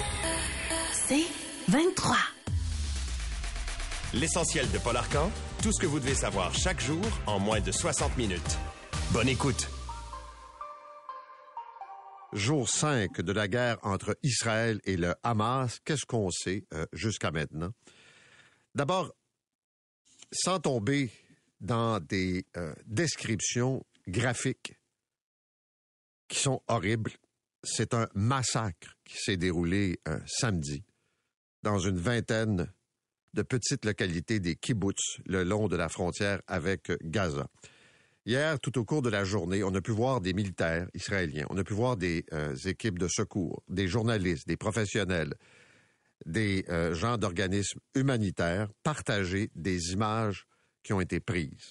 C'est 23. L'essentiel de Paul Arcand, tout ce que vous devez savoir chaque jour en moins de 60 minutes. Bonne écoute. Jour 5 de la guerre entre Israël et le Hamas, qu'est-ce qu'on sait jusqu'à maintenant? D'abord, sans tomber dans des descriptions graphiques qui sont horribles, c'est un massacre qui s'est déroulé samedi dans une vingtaine de petites localités des kibboutz le long de la frontière avec Gaza. Hier, tout au cours de la journée, on a pu voir des militaires israéliens, on a pu voir des équipes de secours, des journalistes, des professionnels, des gens d'organismes humanitaires partager des images qui ont été prises.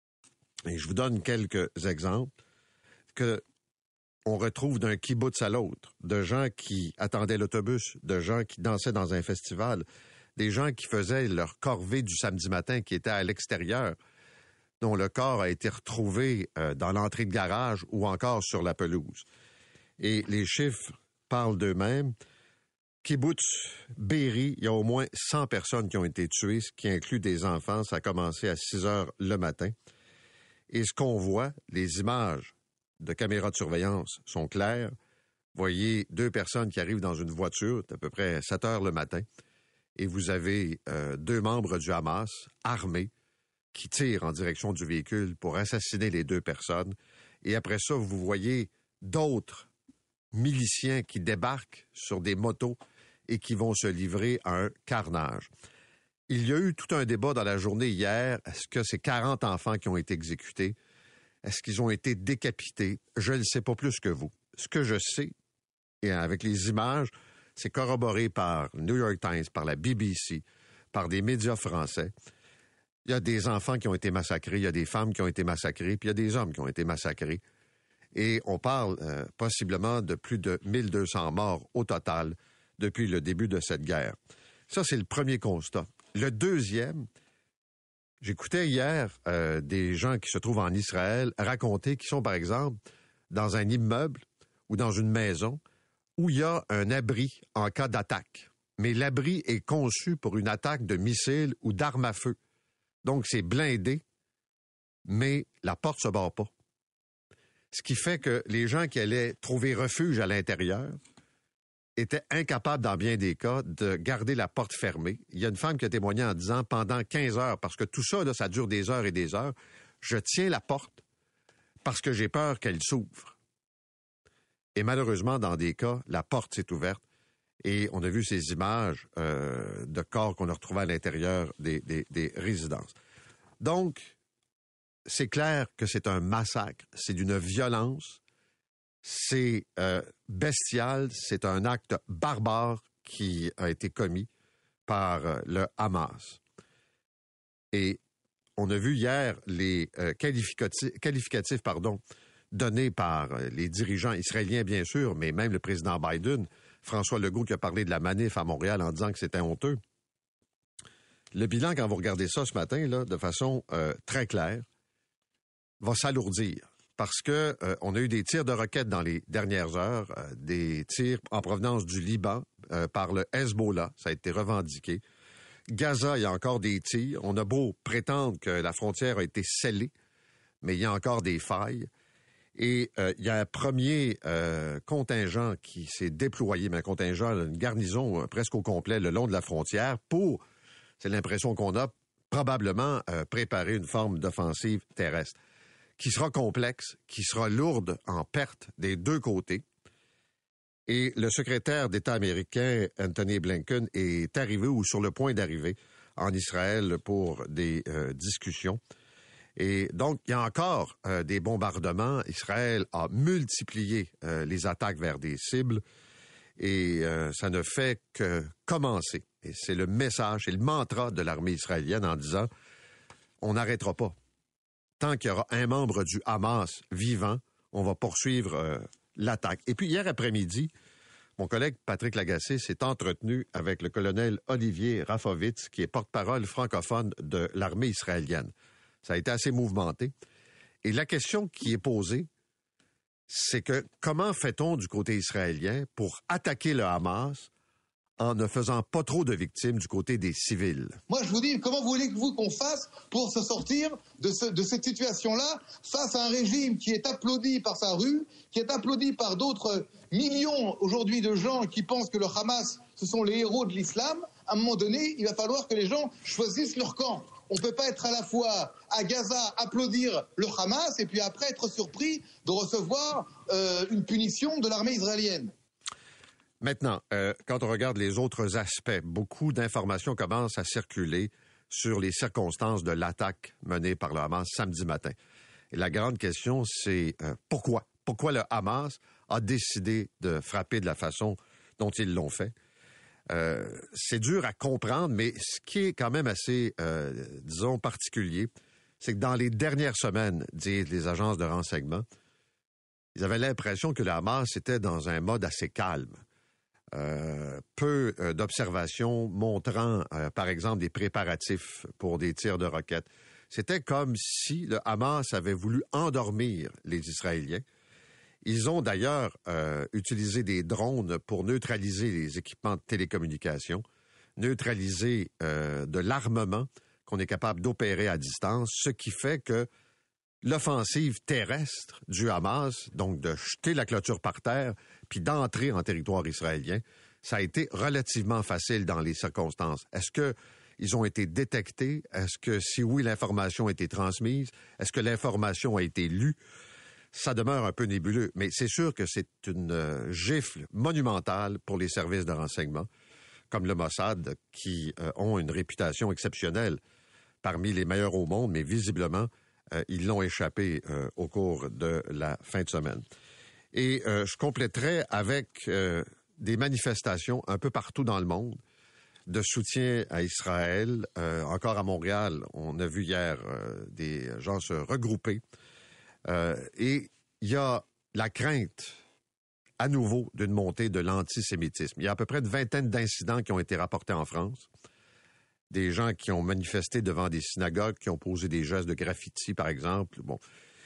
Et je vous donne quelques exemples que on retrouve d'un kibbutz à l'autre, de gens qui attendaient l'autobus, de gens qui dansaient dans un festival, des gens qui faisaient leur corvée du samedi matin, qui étaient à l'extérieur, dont le corps a été retrouvé dans l'entrée de garage ou encore sur la pelouse. Et les chiffres parlent d'eux-mêmes. Kibbutz Be'eri, il y a au moins 100 personnes qui ont été tuées, ce qui inclut des enfants. Ça a commencé à 6 heures le matin. Et ce qu'on voit, les images de caméras de surveillance sont claires. Voyez 2 personnes qui arrivent dans une voiture, à peu près 7 heures le matin, et vous avez 2 membres du Hamas armés qui tirent en direction du véhicule pour assassiner les 2 personnes. Et après ça, vous voyez d'autres miliciens qui débarquent sur des motos et qui vont se livrer à un carnage. Il y a eu tout un débat dans la journée hier. Est-ce que c'est 40 enfants qui ont été exécutés? Est-ce qu'ils ont été décapités? Je ne le sais pas plus que vous. Ce que je sais, et avec les images, c'est corroboré par le New York Times, par la BBC, par des médias français. Il y a des enfants qui ont été massacrés, il y a des femmes qui ont été massacrées, puis il y a des hommes qui ont été massacrés. Et on parle possiblement de plus de 1200 morts au total depuis le début de cette guerre. Ça, c'est le premier constat. Le deuxième, j'écoutais hier des gens qui se trouvent en Israël raconter qu'ils sont, par exemple, dans un immeuble ou dans une maison où il y a un abri en cas d'attaque. Mais l'abri est conçu pour une attaque de missiles ou d'armes à feu. Donc, c'est blindé, mais la porte se barre pas. Ce qui fait que les gens qui allaient trouver refuge à l'intérieur étaient incapables, dans bien des cas, de garder la porte fermée. Il y a une femme qui a témoigné en disant, pendant 15 heures, parce que tout ça, là, ça dure des heures et des heures, je tiens la porte parce que j'ai peur qu'elle s'ouvre. Et malheureusement, dans des cas, la porte s'est ouverte et on a vu ces images de corps qu'on a retrouvés à l'intérieur des résidences. Donc, c'est clair que c'est un massacre, c'est d'une violence, c'est bestial, c'est un acte barbare qui a été commis par le Hamas. Et on a vu hier les qualificatifs donnés par les dirigeants israéliens, bien sûr, mais même le président Biden, François Legault, qui a parlé de la manif à Montréal en disant que c'était honteux. Le bilan, quand vous regardez ça ce matin, là, de façon très claire, va s'alourdir parce que on a eu des tirs de roquettes dans les dernières heures, des tirs en provenance du Liban par le Hezbollah, ça a été revendiqué. Gaza, il y a encore des tirs. On a beau prétendre que la frontière a été scellée, mais il y a encore des failles. Et il y a un premier contingent qui s'est déployé, mais un contingent, une garnison presque au complet le long de la frontière pour, c'est l'impression qu'on a, probablement préparer une forme d'offensive terrestre qui sera complexe, qui sera lourde en pertes des 2 côtés. Et le secrétaire d'État américain, Anthony Blinken, est arrivé ou sur le point d'arriver en Israël pour des discussions. Et donc, il y a encore des bombardements. Israël a multiplié les attaques vers des cibles et ça ne fait que commencer. Et c'est le message, c'est le mantra de l'armée israélienne en disant « On n'arrêtera pas. Tant qu'il y aura un membre du Hamas vivant, on va poursuivre l'attaque. » Et puis hier après-midi, mon collègue Patrick Lagacé s'est entretenu avec le colonel Olivier Rafovitz, qui est porte-parole francophone de l'armée israélienne. Ça a été assez mouvementé. Et la question qui est posée, c'est que comment fait-on du côté israélien pour attaquer le Hamas en ne faisant pas trop de victimes du côté des civils. Moi, je vous dis, comment voulez-vous qu'on fasse pour se sortir de cette situation-là face à un régime qui est applaudi par sa rue, qui est applaudi par d'autres millions aujourd'hui de gens qui pensent que le Hamas, ce sont les héros de l'islam? À un moment donné, il va falloir que les gens choisissent leur camp. On ne peut pas être à la fois à Gaza, applaudir le Hamas, et puis après être surpris de recevoir une punition de l'armée israélienne. Maintenant, quand on regarde les autres aspects, beaucoup d'informations commencent à circuler sur les circonstances de l'attaque menée par le Hamas samedi matin. Et la grande question, c'est pourquoi? Pourquoi le Hamas a décidé de frapper de la façon dont ils l'ont fait? C'est dur à comprendre, mais ce qui est quand même assez, disons, particulier, c'est que dans les dernières semaines, disent les agences de renseignement, ils avaient l'impression que le Hamas était dans un mode assez calme. Peu d'observations montrant, par exemple, des préparatifs pour des tirs de roquettes. C'était comme si le Hamas avait voulu endormir les Israéliens. Ils ont d'ailleurs utilisé des drones pour neutraliser les équipements de télécommunication, neutraliser de l'armement qu'on est capable d'opérer à distance, ce qui fait que l'offensive terrestre du Hamas, donc de jeter la clôture par terre, puis d'entrer en territoire israélien, ça a été relativement facile dans les circonstances. Est-ce qu'ils ont été détectés? Est-ce que, si oui, l'information a été transmise? Est-ce que l'information a été lue? Ça demeure un peu nébuleux, mais c'est sûr que c'est une gifle monumentale pour les services de renseignement, comme le Mossad, qui ont une réputation exceptionnelle parmi les meilleurs au monde, mais visiblement, ils l'ont échappé au cours de la fin de semaine. Et je compléterai avec des manifestations un peu partout dans le monde de soutien à Israël. Encore à Montréal, on a vu hier des gens se regrouper. Et il y a la crainte, à nouveau, d'une montée de l'antisémitisme. Il y a à peu près une vingtaine d'incidents qui ont été rapportés en France. Des gens qui ont manifesté devant des synagogues, qui ont posé des gestes de graffiti, par exemple. Bon,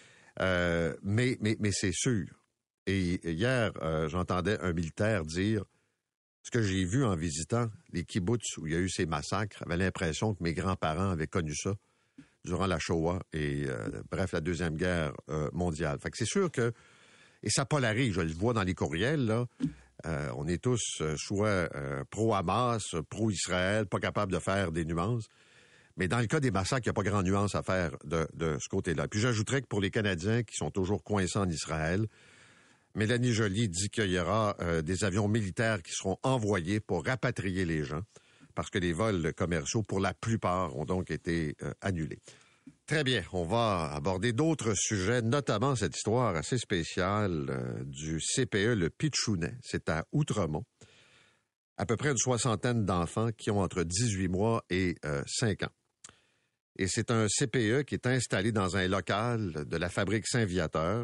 mais c'est sûr. Et hier, j'entendais un militaire dire ce que j'ai vu en visitant les kibboutz où il y a eu ces massacres. J'avais l'impression que mes grands-parents avaient connu ça durant la Shoah et, bref, la Deuxième Guerre mondiale. Fait que c'est sûr que, et ça polarise, je le vois dans les courriels, là, on est tous soit pro-Hamas, pro-Israël, pas capables de faire des nuances. Mais dans le cas des massacres, il n'y a pas grand nuance à faire de ce côté-là. Puis j'ajouterais que pour les Canadiens qui sont toujours coincés en Israël, Mélanie Joly dit qu'il y aura des avions militaires qui seront envoyés pour rapatrier les gens, parce que les vols commerciaux, pour la plupart, ont donc été annulés. Très bien, on va aborder d'autres sujets, notamment cette histoire assez spéciale du CPE, le Pitchounet. C'est à Outremont. À peu près une soixantaine d'enfants qui ont entre 18 mois et 5 ans. Et c'est un CPE qui est installé dans un local de la fabrique Saint-Viateur.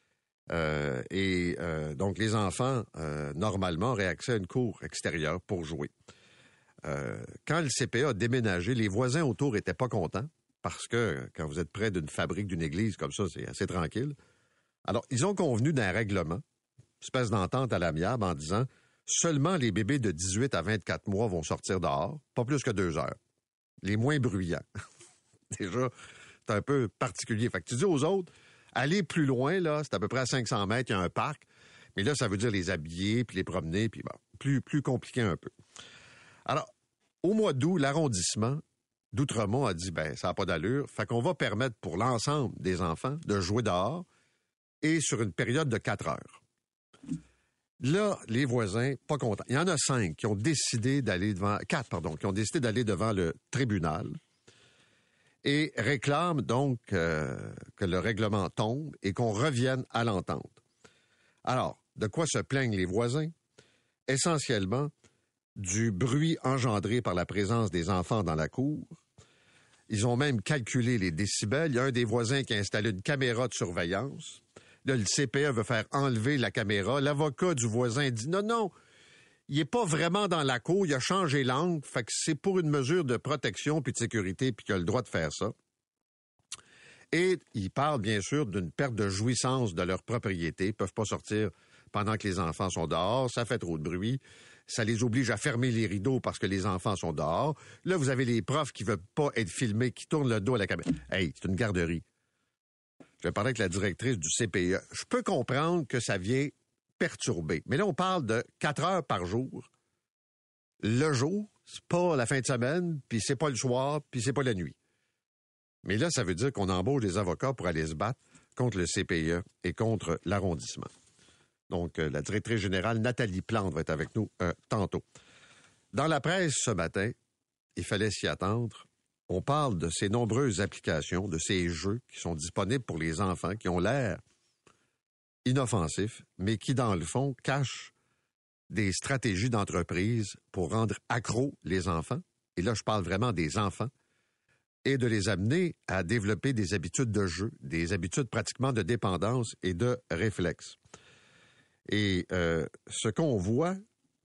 Donc, les enfants, normalement, auraient accès à une cour extérieure pour jouer. Quand le CPE a déménagé, les voisins autour n'étaient pas contents parce que quand vous êtes près d'une fabrique, d'une église comme ça, c'est assez tranquille. Alors, ils ont convenu d'un règlement, une espèce d'entente à l'amiable en disant seulement les bébés de 18 à 24 mois vont sortir dehors, pas plus que 2 heures. Les moins bruyants. Déjà, c'est un peu particulier. Fait que tu dis aux autres, allez plus loin, là, c'est à peu près à 500 mètres, il y a un parc. Mais là, ça veut dire les habiller, puis les promener, puis bon, plus compliqué un peu. Alors, au mois d'août, l'arrondissement d'Outremont a dit, ça n'a pas d'allure, fait qu'on va permettre pour l'ensemble des enfants de jouer dehors et sur une période de 4 heures. Là, les voisins, pas contents. Il y en a 5 qui ont décidé d'aller devant, 4, pardon, qui ont décidé d'aller devant le tribunal et réclament donc que le règlement tombe et qu'on revienne à l'entente. Alors, de quoi se plaignent les voisins? Essentiellement, du bruit engendré par la présence des enfants dans la cour. Ils ont même calculé les décibels. Il y a un des voisins qui a installé une caméra de surveillance. Là, le CPE veut faire enlever la caméra. L'avocat du voisin dit non, il n'est pas vraiment dans la cour, il a changé l'angle, fait que c'est pour une mesure de protection puis de sécurité puis qu'il a le droit de faire ça. Et il parle bien sûr d'une perte de jouissance de leur propriété. Ils ne peuvent pas sortir pendant que les enfants sont dehors, ça fait trop de bruit. ça les oblige à fermer les rideaux parce que les enfants sont dehors. Là, vous avez les profs qui ne veulent pas être filmés, qui tournent le dos à la caméra. Hey, c'est une garderie. Je vais parler avec la directrice du CPE. Je peux comprendre que ça vient perturber. Mais là, on parle de 4 heures par jour. Le jour, c'est pas la fin de semaine, puis c'est pas le soir, puis c'est pas la nuit. Mais là, ça veut dire qu'on embauche des avocats pour aller se battre contre le CPE et contre l'arrondissement. Donc, la directrice générale, Nathalie Plante, va être avec nous tantôt. Dans la presse ce matin, il fallait s'y attendre, on parle de ces nombreuses applications, de ces jeux qui sont disponibles pour les enfants, qui ont l'air inoffensifs, mais qui, dans le fond, cachent des stratégies d'entreprise pour rendre accros les enfants. Et là, je parle vraiment des enfants. Et de les amener à développer des habitudes de jeu, des habitudes pratiquement de dépendance et de réflexe. Et ce qu'on voit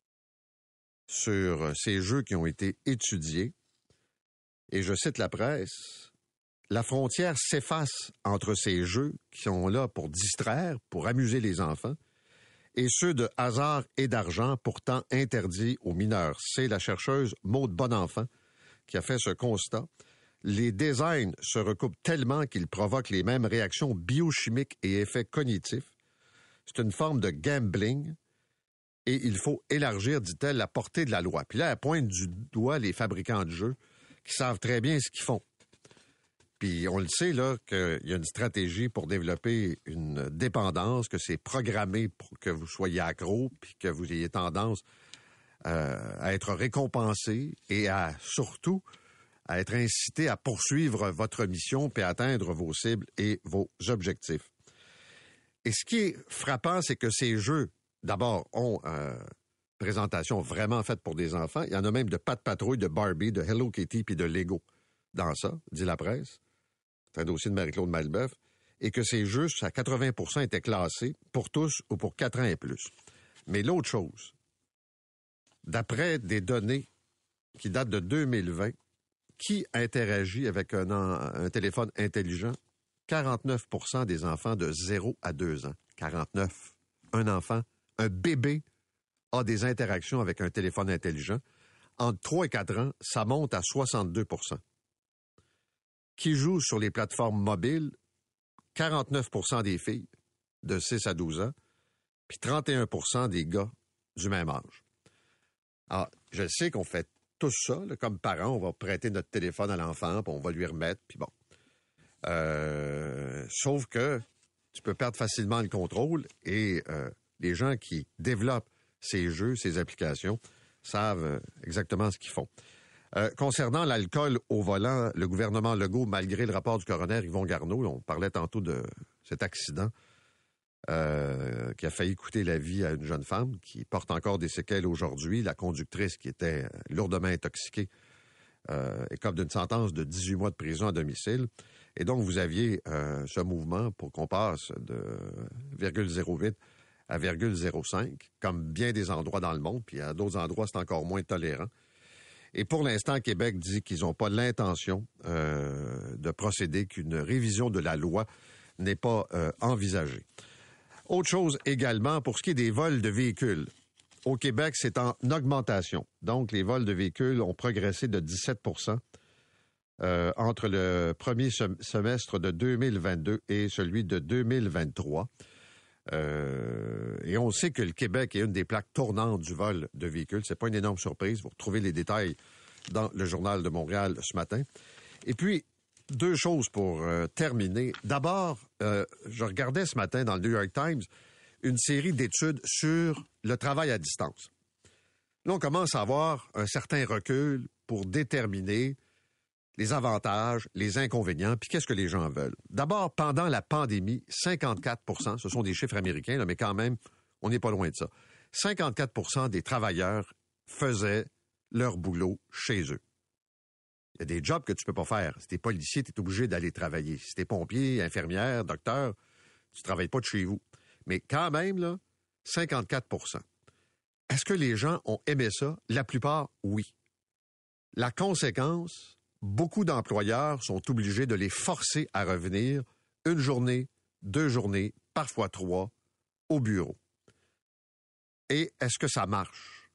sur ces jeux qui ont été étudiés, et je cite la presse, la frontière s'efface entre ces jeux qui sont là pour distraire, pour amuser les enfants, et ceux de hasard et d'argent pourtant interdits aux mineurs. C'est la chercheuse Maude Bonenfant qui a fait ce constat. Les designs se recoupent tellement qu'ils provoquent les mêmes réactions biochimiques et effets cognitifs. C'est une forme de gambling et il faut élargir, dit-elle, la portée de la loi. Puis là, elle pointe du doigt les fabricants de jeux qui savent très bien ce qu'ils font. Puis on le sait, là, qu'il y a une stratégie pour développer une dépendance, que c'est programmé pour que vous soyez accro, puis que vous ayez tendance à être récompensé et à, surtout, à être incité à poursuivre votre mission puis à atteindre vos cibles et vos objectifs. Et ce qui est frappant, c'est que ces jeux, d'abord, ont présentation vraiment faite pour des enfants. Il y en a même de Pat Patrouille, de Barbie, de Hello Kitty puis de Lego dans ça, dit la presse. C'est un dossier de Marie-Claude Malbeuf. Et que ces jeux, à 80% étaient classés pour tous ou pour 4 ans et plus. Mais l'autre chose, d'après des données qui datent de 2020, qui interagit avec un téléphone intelligent? 49% des enfants de 0 à 2 ans. 49. Un enfant, un bébé, a des interactions avec un téléphone intelligent. Entre 3 et 4 ans, ça monte à 62%. Qui joue sur les plateformes mobiles? 49% des filles de 6 à 12 ans, puis 31% des gars du même âge. Alors, je sais qu'on fait tout ça, là, comme parents, on va prêter notre téléphone à l'enfant, puis on va lui remettre, puis bon. Sauf que tu peux perdre facilement le contrôle et les gens qui développent ces jeux, ces applications, savent exactement ce qu'ils font. Concernant l'alcool au volant, le gouvernement Legault, malgré le rapport du coroner Yvon Garneau, on parlait tantôt de cet accident qui a failli coûter la vie à une jeune femme qui porte encore des séquelles aujourd'hui. La conductrice qui était lourdement intoxiquée écope d'une sentence de 18 mois de prison à domicile. Et donc, vous aviez ce mouvement pour qu'on passe de 0,08 à 0,05, comme bien des endroits dans le monde, puis à d'autres endroits, c'est encore moins tolérant. Et pour l'instant, Québec dit qu'ils n'ont pas l'intention de procéder, qu'une révision de la loi n'est pas envisagée. Autre chose également, pour ce qui est des vols de véhicules. Au Québec, c'est en augmentation. Donc, les vols de véhicules ont progressé de 17% entre le premier semestre de 2022 et celui de 2023. Et on sait que le Québec est une des plaques tournantes du vol de véhicules. C'est pas une énorme surprise. Vous retrouvez les détails dans le Journal de Montréal ce matin. Et puis, 2 choses pour terminer. D'abord, je regardais ce matin dans le New York Times une série d'études sur le travail à distance. Là, on commence à avoir un certain recul pour déterminer les avantages, les inconvénients, puis qu'est-ce que les gens veulent. D'abord, pendant la pandémie, 54%, ce sont des chiffres américains, là, mais quand même, on n'est pas loin de ça. 54% des travailleurs faisaient leur boulot chez eux. Il y a des jobs que tu peux pas faire. Si t'es policier, t'es obligé d'aller travailler. Si t'es pompier, infirmière, docteur, tu travailles pas de chez vous. Mais quand même, là, 54%. Est-ce que les gens ont aimé ça? La plupart, oui. La conséquence, beaucoup d'employeurs sont obligés de les forcer à revenir 1 journée, 2 journées, parfois 3, au bureau. Et est-ce que ça marche?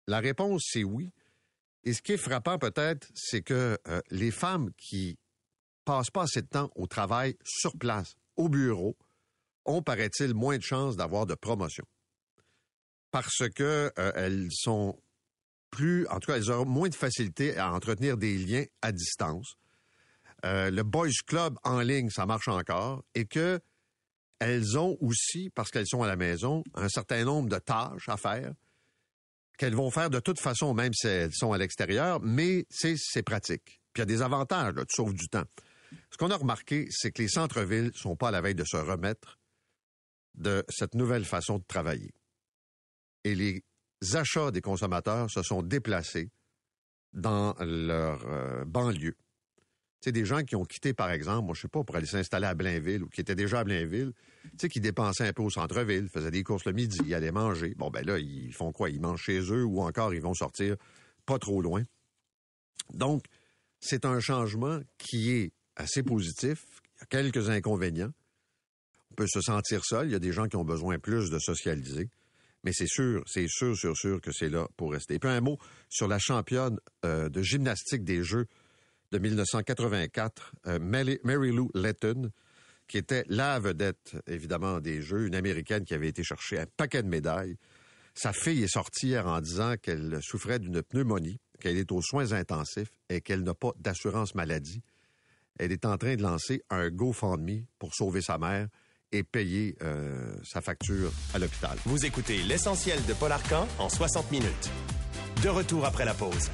La réponse, c'est oui. Et ce qui est frappant peut-être, c'est que les femmes qui passent pas assez de temps au travail, sur place, au bureau, ont, paraît-il, moins de chances d'avoir de promotion. Parce que elles sont en tout cas, elles auront moins de facilité à entretenir des liens à distance. Le Boys Club en ligne, ça marche encore. Et que elles ont aussi, parce qu'elles sont à la maison, un certain nombre de tâches à faire qu'elles vont faire de toute façon, même si elles sont à l'extérieur, mais c'est pratique. Puis il y a des avantages, là, tu sauves du temps. Ce qu'on a remarqué, c'est que les centres-villes ne sont pas à la veille de se remettre de cette nouvelle façon de travailler. Et les achats des consommateurs se sont déplacés dans leur banlieue. Tu sais, des gens qui ont quitté, par exemple, moi, je sais pas, pour aller s'installer à Blainville ou qui étaient déjà à Blainville, tu sais, qui dépensaient un peu au centre-ville, faisaient des courses le midi, allaient manger. Bon, ben là, ils font quoi? Ils mangent chez eux ou encore ils vont sortir pas trop loin. Donc, c'est un changement qui est assez positif. Il y a quelques inconvénients. On peut se sentir seul. Il y a des gens qui ont besoin plus de socialiser. Mais c'est sûr que c'est là pour rester. Et puis un mot sur la championne de gymnastique des Jeux de 1984, Mary Lou Letton, qui était la vedette, évidemment, des Jeux, une Américaine qui avait été chercher un paquet de médailles. Sa fille est sortie hier en disant qu'elle souffrait d'une pneumonie, qu'elle est aux soins intensifs et qu'elle n'a pas d'assurance maladie. Elle est en train de lancer un GoFundMe pour sauver sa mère et payer sa facture à l'hôpital. Vous écoutez l'essentiel de Paul Arcand en 60 minutes. De retour après la pause.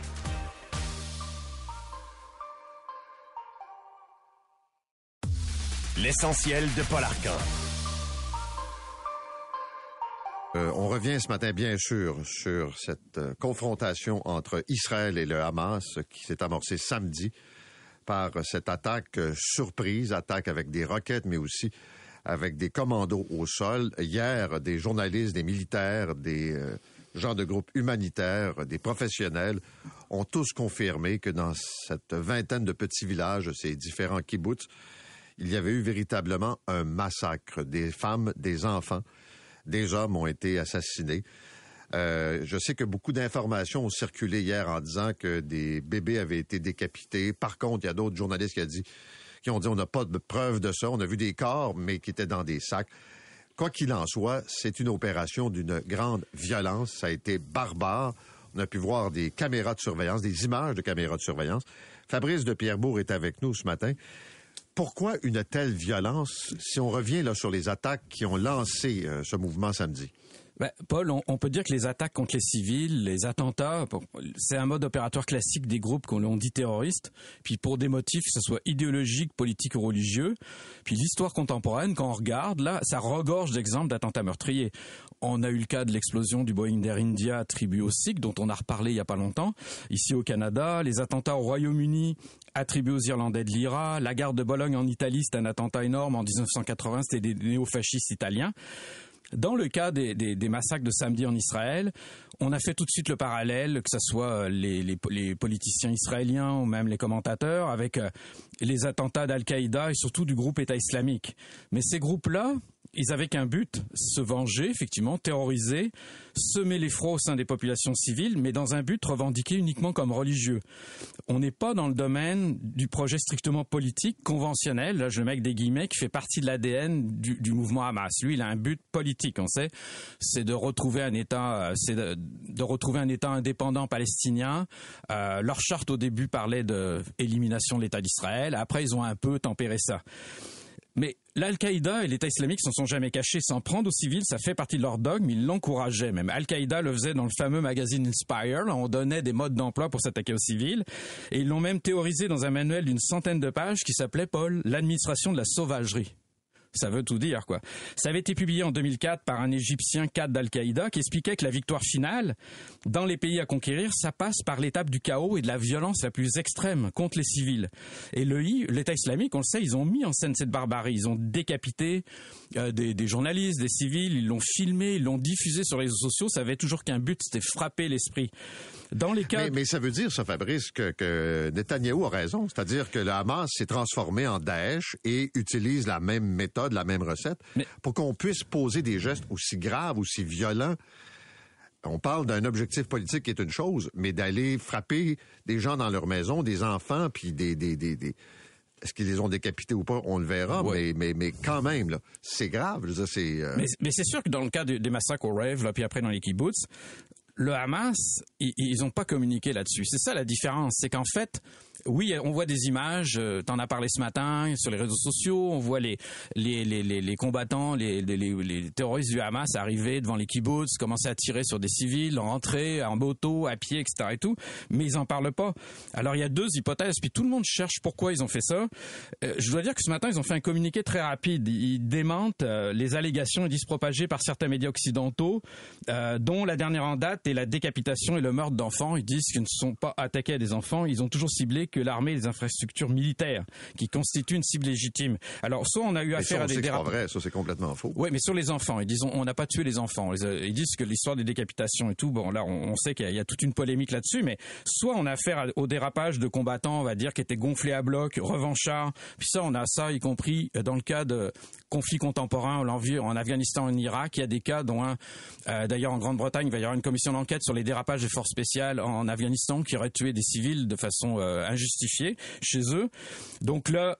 L'essentiel de Paul Arcand. On revient ce matin, bien sûr, sur cette confrontation entre Israël et le Hamas qui s'est amorcée samedi par cette attaque surprise, attaque avec des roquettes, mais aussi avec des commandos au sol. Hier, des journalistes, des militaires, des gens de groupes humanitaires, des professionnels ont tous confirmé que dans cette vingtaine de petits villages, ces différents kibboutz, il y avait eu véritablement un massacre. Des femmes, des enfants, des hommes ont été assassinés. Je sais que beaucoup d'informations ont circulé hier en disant que des bébés avaient été décapités. Par contre, il y a d'autres journalistes qui ont dit on n'a pas de preuve de ça. On a vu des corps, mais qui étaient dans des sacs. Quoi qu'il en soit, c'est une opération d'une grande violence. Ça a été barbare. On a pu voir des caméras de surveillance, des images de caméras de surveillance. Fabrice de Pierrebourg est avec nous ce matin. Pourquoi une telle violence si on revient là sur les attaques qui ont lancé ce mouvement samedi? Ben, Paul, on peut dire que les attaques contre les civils, les attentats, c'est un mode opératoire classique des groupes qu'on dit terroristes, puis pour des motifs, que ce soit idéologiques, politiques ou religieux. Puis l'histoire contemporaine, quand on regarde, là, ça regorge d'exemples d'attentats meurtriers. On a eu le cas de l'explosion du Boeing d'Air India attribué aux Sikhs, dont on a reparlé il y a pas longtemps. Ici au Canada, les attentats au Royaume-Uni attribués aux Irlandais de l'IRA. La gare de Bologne en Italie, c'était un attentat énorme. En 1980, c'était des néofascistes italiens. Dans le cas des massacres de samedi en Israël, on a fait tout de suite le parallèle, que ce soit les politiciens israéliens ou même les commentateurs, avec les attentats d'Al-Qaïda et surtout du groupe État islamique. Mais ces groupes-là, ils avaient qu'un but, se venger, effectivement, terroriser, semer l'effroi au sein des populations civiles, mais dans un but revendiqué uniquement comme religieux. On n'est pas dans le domaine du projet strictement politique, conventionnel, là je le mets avec des guillemets, qui fait partie de l'ADN du mouvement Hamas. Lui, il a un but politique, on sait, c'est de retrouver un État, indépendant palestinien. Leur charte au début parlait d'élimination de l'État d'Israël. Après, ils ont un peu tempéré ça. Mais l'Al-Qaïda et l'État islamique s'en sont jamais cachés. S'en prendre aux civils, ça fait partie de leur dogme, ils l'encourageaient même. Al-Qaïda le faisait dans le fameux magazine Inspire, là, on donnait des modes d'emploi pour s'attaquer aux civils, et ils l'ont même théorisé dans un manuel d'une centaine de pages qui s'appelait, Paul, l'administration de la sauvagerie. Ça veut tout dire, quoi. Ça avait été publié en 2004 par un Égyptien cadre d'Al-Qaïda qui expliquait que la victoire finale, dans les pays à conquérir, ça passe par l'étape du chaos et de la violence la plus extrême contre les civils. Et l'État islamique, on le sait, ils ont mis en scène cette barbarie. Ils ont décapité des journalistes, des civils, ils l'ont filmé, ils l'ont diffusé sur les réseaux sociaux. Ça avait toujours qu'un but, c'était frapper l'esprit. Dans les cas... mais ça veut dire, ça, Fabrice, que Netanyahou a raison. C'est-à-dire que le Hamas s'est transformé en Daesh et utilise la même méthode, la même recette, pour qu'on puisse poser des gestes aussi graves, aussi violents. on parle d'un objectif politique qui est une chose, mais d'aller frapper des gens dans leur maison, des enfants, puis des est-ce qu'ils les ont décapités ou pas, on le verra, ouais. mais quand même, là, c'est grave. Je veux dire, mais c'est sûr que dans le cas des massacres au Rave, là, puis après dans les kibbutz, le Hamas, ils n'ont pas communiqué là-dessus. C'est ça la différence, c'est qu'en fait, oui, on voit des images, t'en as parlé ce matin sur les réseaux sociaux, on voit les combattants, les terroristes du Hamas arriver devant les kibbutz, commencer à tirer sur des civils, rentrer en moto, à pied, etc. et tout, mais ils en parlent pas. Alors il y a deux hypothèses, puis tout le monde cherche pourquoi ils ont fait ça. Je dois dire que ce matin, ils ont fait un communiqué très rapide. Ils démentent les allégations propagées par certains médias occidentaux, dont la dernière en date est la décapitation et le meurtre d'enfants. Ils disent qu'ils ne sont pas attaqués à des enfants, ils ont toujours ciblé que l'armée et les infrastructures militaires qui constituent une cible légitime. Alors, soit on a eu affaire à des dérapages. C'est pas vrai, ça c'est complètement faux. Oui, mais sur les enfants, ils disent on n'a pas tué les enfants. Ils disent que l'histoire des décapitations et tout, bon là on sait qu'il y a toute une polémique là-dessus, mais soit on a affaire au dérapage de combattants, on va dire, qui étaient gonflés à bloc, revanchards. Puis ça, on a ça, y compris dans le cas de conflits contemporains en Afghanistan et en Irak. Il y a des cas dont d'ailleurs en Grande-Bretagne, il va y avoir une commission d'enquête sur les dérapages des forces spéciales en Afghanistan qui auraient tué des civils de façon injustifiée chez eux. Donc là,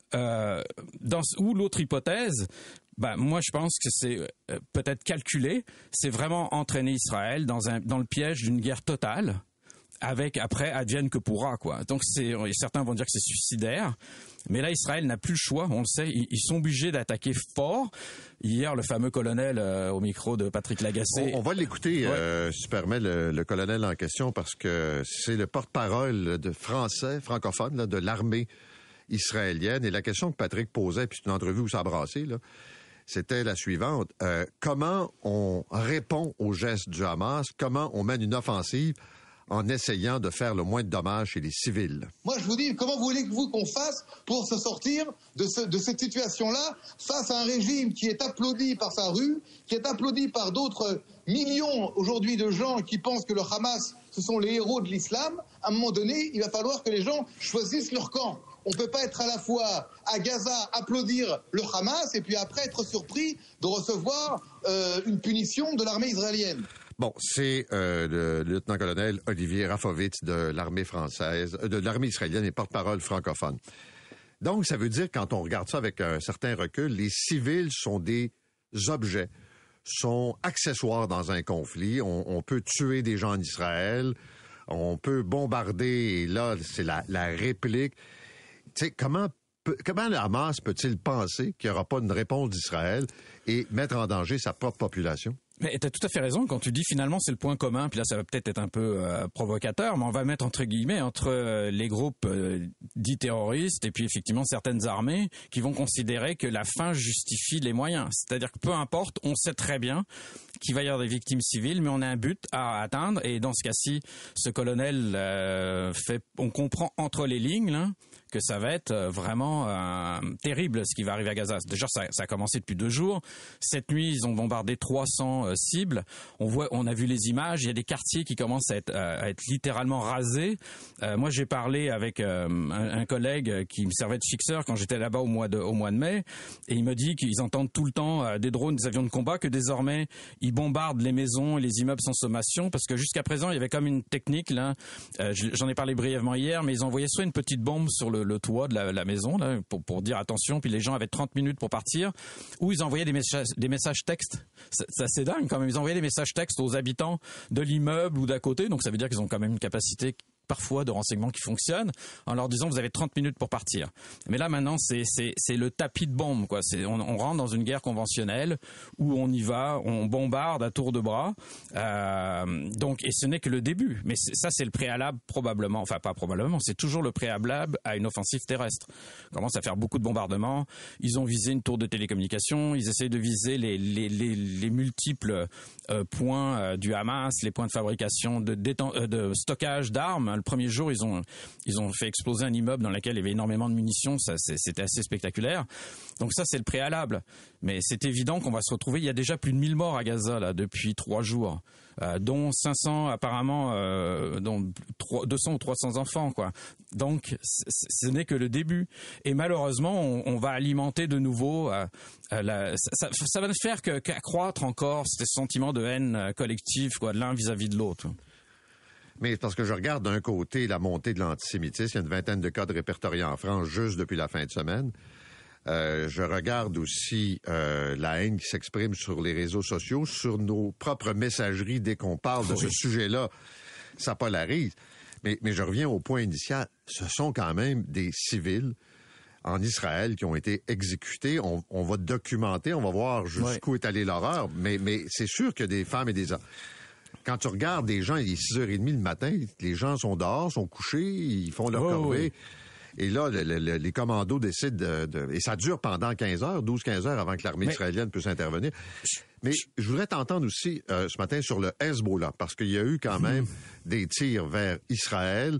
ou l'autre hypothèse, moi je pense que c'est peut-être calculé, c'est vraiment entraîner Israël dans le piège d'une guerre totale, avec après advienne que pourra, quoi. Donc certains vont dire que c'est suicidaire. Mais là, Israël n'a plus le choix, on le sait, ils sont obligés d'attaquer fort. Hier, le fameux colonel au micro de Patrick Lagacé... On va l'écouter, si tu permets, le colonel en question, parce que c'est le porte-parole francophone là, de l'armée israélienne. Et la question que Patrick posait, puis c'est une entrevue où ça a brassé, là, c'était la suivante. Comment on répond aux gestes du Hamas? Comment on mène une offensive en essayant de faire le moins de dommages chez les civils? Moi, je vous dis, comment voulez-vous qu'on fasse pour se sortir de cette situation-là face à un régime qui est applaudi par sa rue, qui est applaudi par d'autres millions aujourd'hui de gens qui pensent que le Hamas, ce sont les héros de l'islam? À un moment donné, il va falloir que les gens choisissent leur camp. On ne peut pas être à la fois à Gaza, applaudir le Hamas, et puis après être surpris de recevoir une punition de l'armée israélienne. Bon, c'est le lieutenant-colonel Olivier Rafovitz de l'armée française, de l'armée israélienne et porte-parole francophone. Donc, ça veut dire, quand on regarde ça avec un certain recul, les civils sont des objets, sont accessoires dans un conflit. On peut tuer des gens en Israël, on peut bombarder, et là, c'est la réplique. Tu sais, comment le Hamas peut-il penser qu'il n'y aura pas une réponse d'Israël et mettre en danger sa propre population? Mais tu as tout à fait raison quand tu dis finalement c'est le point commun, puis là ça va peut-être être un peu provocateur, mais on va mettre entre guillemets entre les groupes dits terroristes et puis effectivement certaines armées qui vont considérer que la fin justifie les moyens. C'est-à-dire que peu importe, on sait très bien qu'il va y avoir des victimes civiles, mais on a un but à atteindre, et dans ce cas-ci, ce colonel on comprend entre les lignes là, que ça va être vraiment terrible ce qui va arriver à Gaza. Déjà, ça a commencé depuis 2 jours. Cette nuit, ils ont bombardé 300 cibles. On a vu les images. Il y a des quartiers qui commencent à être littéralement rasés. Moi, j'ai parlé avec un collègue qui me servait de fixeur quand j'étais là-bas au mois de mai, et il me dit qu'ils entendent tout le temps des drones, des avions de combat, que désormais ils bombardent les maisons et les immeubles sans sommation, parce que jusqu'à présent, il y avait comme une technique là. J'en ai parlé brièvement hier, mais ils envoyaient soit une petite bombe sur le toit de la maison là, pour dire attention, puis les gens avaient 30 minutes pour partir, ou ils envoyaient des messages textes. C'est assez dingue quand même. Ils envoyaient des messages textes aux habitants de l'immeuble ou d'à côté, donc ça veut dire qu'ils ont quand même une capacité parfois de renseignement qui fonctionne, en leur disant vous avez 30 minutes pour partir. Mais là maintenant c'est le tapis de bombe, quoi. On rentre dans une guerre conventionnelle où on y va, on bombarde à tour de bras. Donc, et ce n'est que le début. Mais ça c'est le préalable probablement, enfin pas probablement, c'est toujours le préalable à une offensive terrestre. On commence à faire beaucoup de bombardements. Ils ont visé une tour de télécommunication. Ils essayent de viser les multiples points du Hamas, les points de fabrication, de stockage d'armes. Le premier jour, ils ont fait exploser un immeuble dans lequel il y avait énormément de munitions. Ça, c'était assez spectaculaire. Donc ça, c'est le préalable. Mais c'est évident qu'on va se retrouver. Il y a déjà plus de 1000 morts à Gaza là depuis 3 jours, dont 500 apparemment, dont 200 ou 300 enfants, quoi. Donc ce n'est que le début. Et malheureusement, on va alimenter de nouveau. Ça va ne faire qu'accroître encore ce sentiment de haine collective, quoi, de l'un vis-à-vis de l'autre. Mais parce que je regarde d'un côté la montée de l'antisémitisme, il y a une vingtaine de cas de répertoriés en France juste depuis la fin de semaine. Je regarde aussi la haine qui s'exprime sur les réseaux sociaux, sur nos propres messageries dès qu'on parle de ce sujet-là. Ça polarise. Mais je reviens au point initial. Ce sont quand même des civils en Israël qui ont été exécutés. On va documenter, on va voir jusqu'où est allée l'horreur. Mais c'est sûr qu'il y a des femmes et des hommes. Quand tu regardes des gens, il est 6h30 le matin, les gens sont dehors, sont couchés, ils font leur corvée. Et là, les commandos décident et ça dure pendant 12-15 heures avant que l'armée israélienne puisse intervenir. Mais je voudrais t'entendre aussi ce matin sur le Hezbollah, parce qu'il y a eu quand même des tirs vers Israël.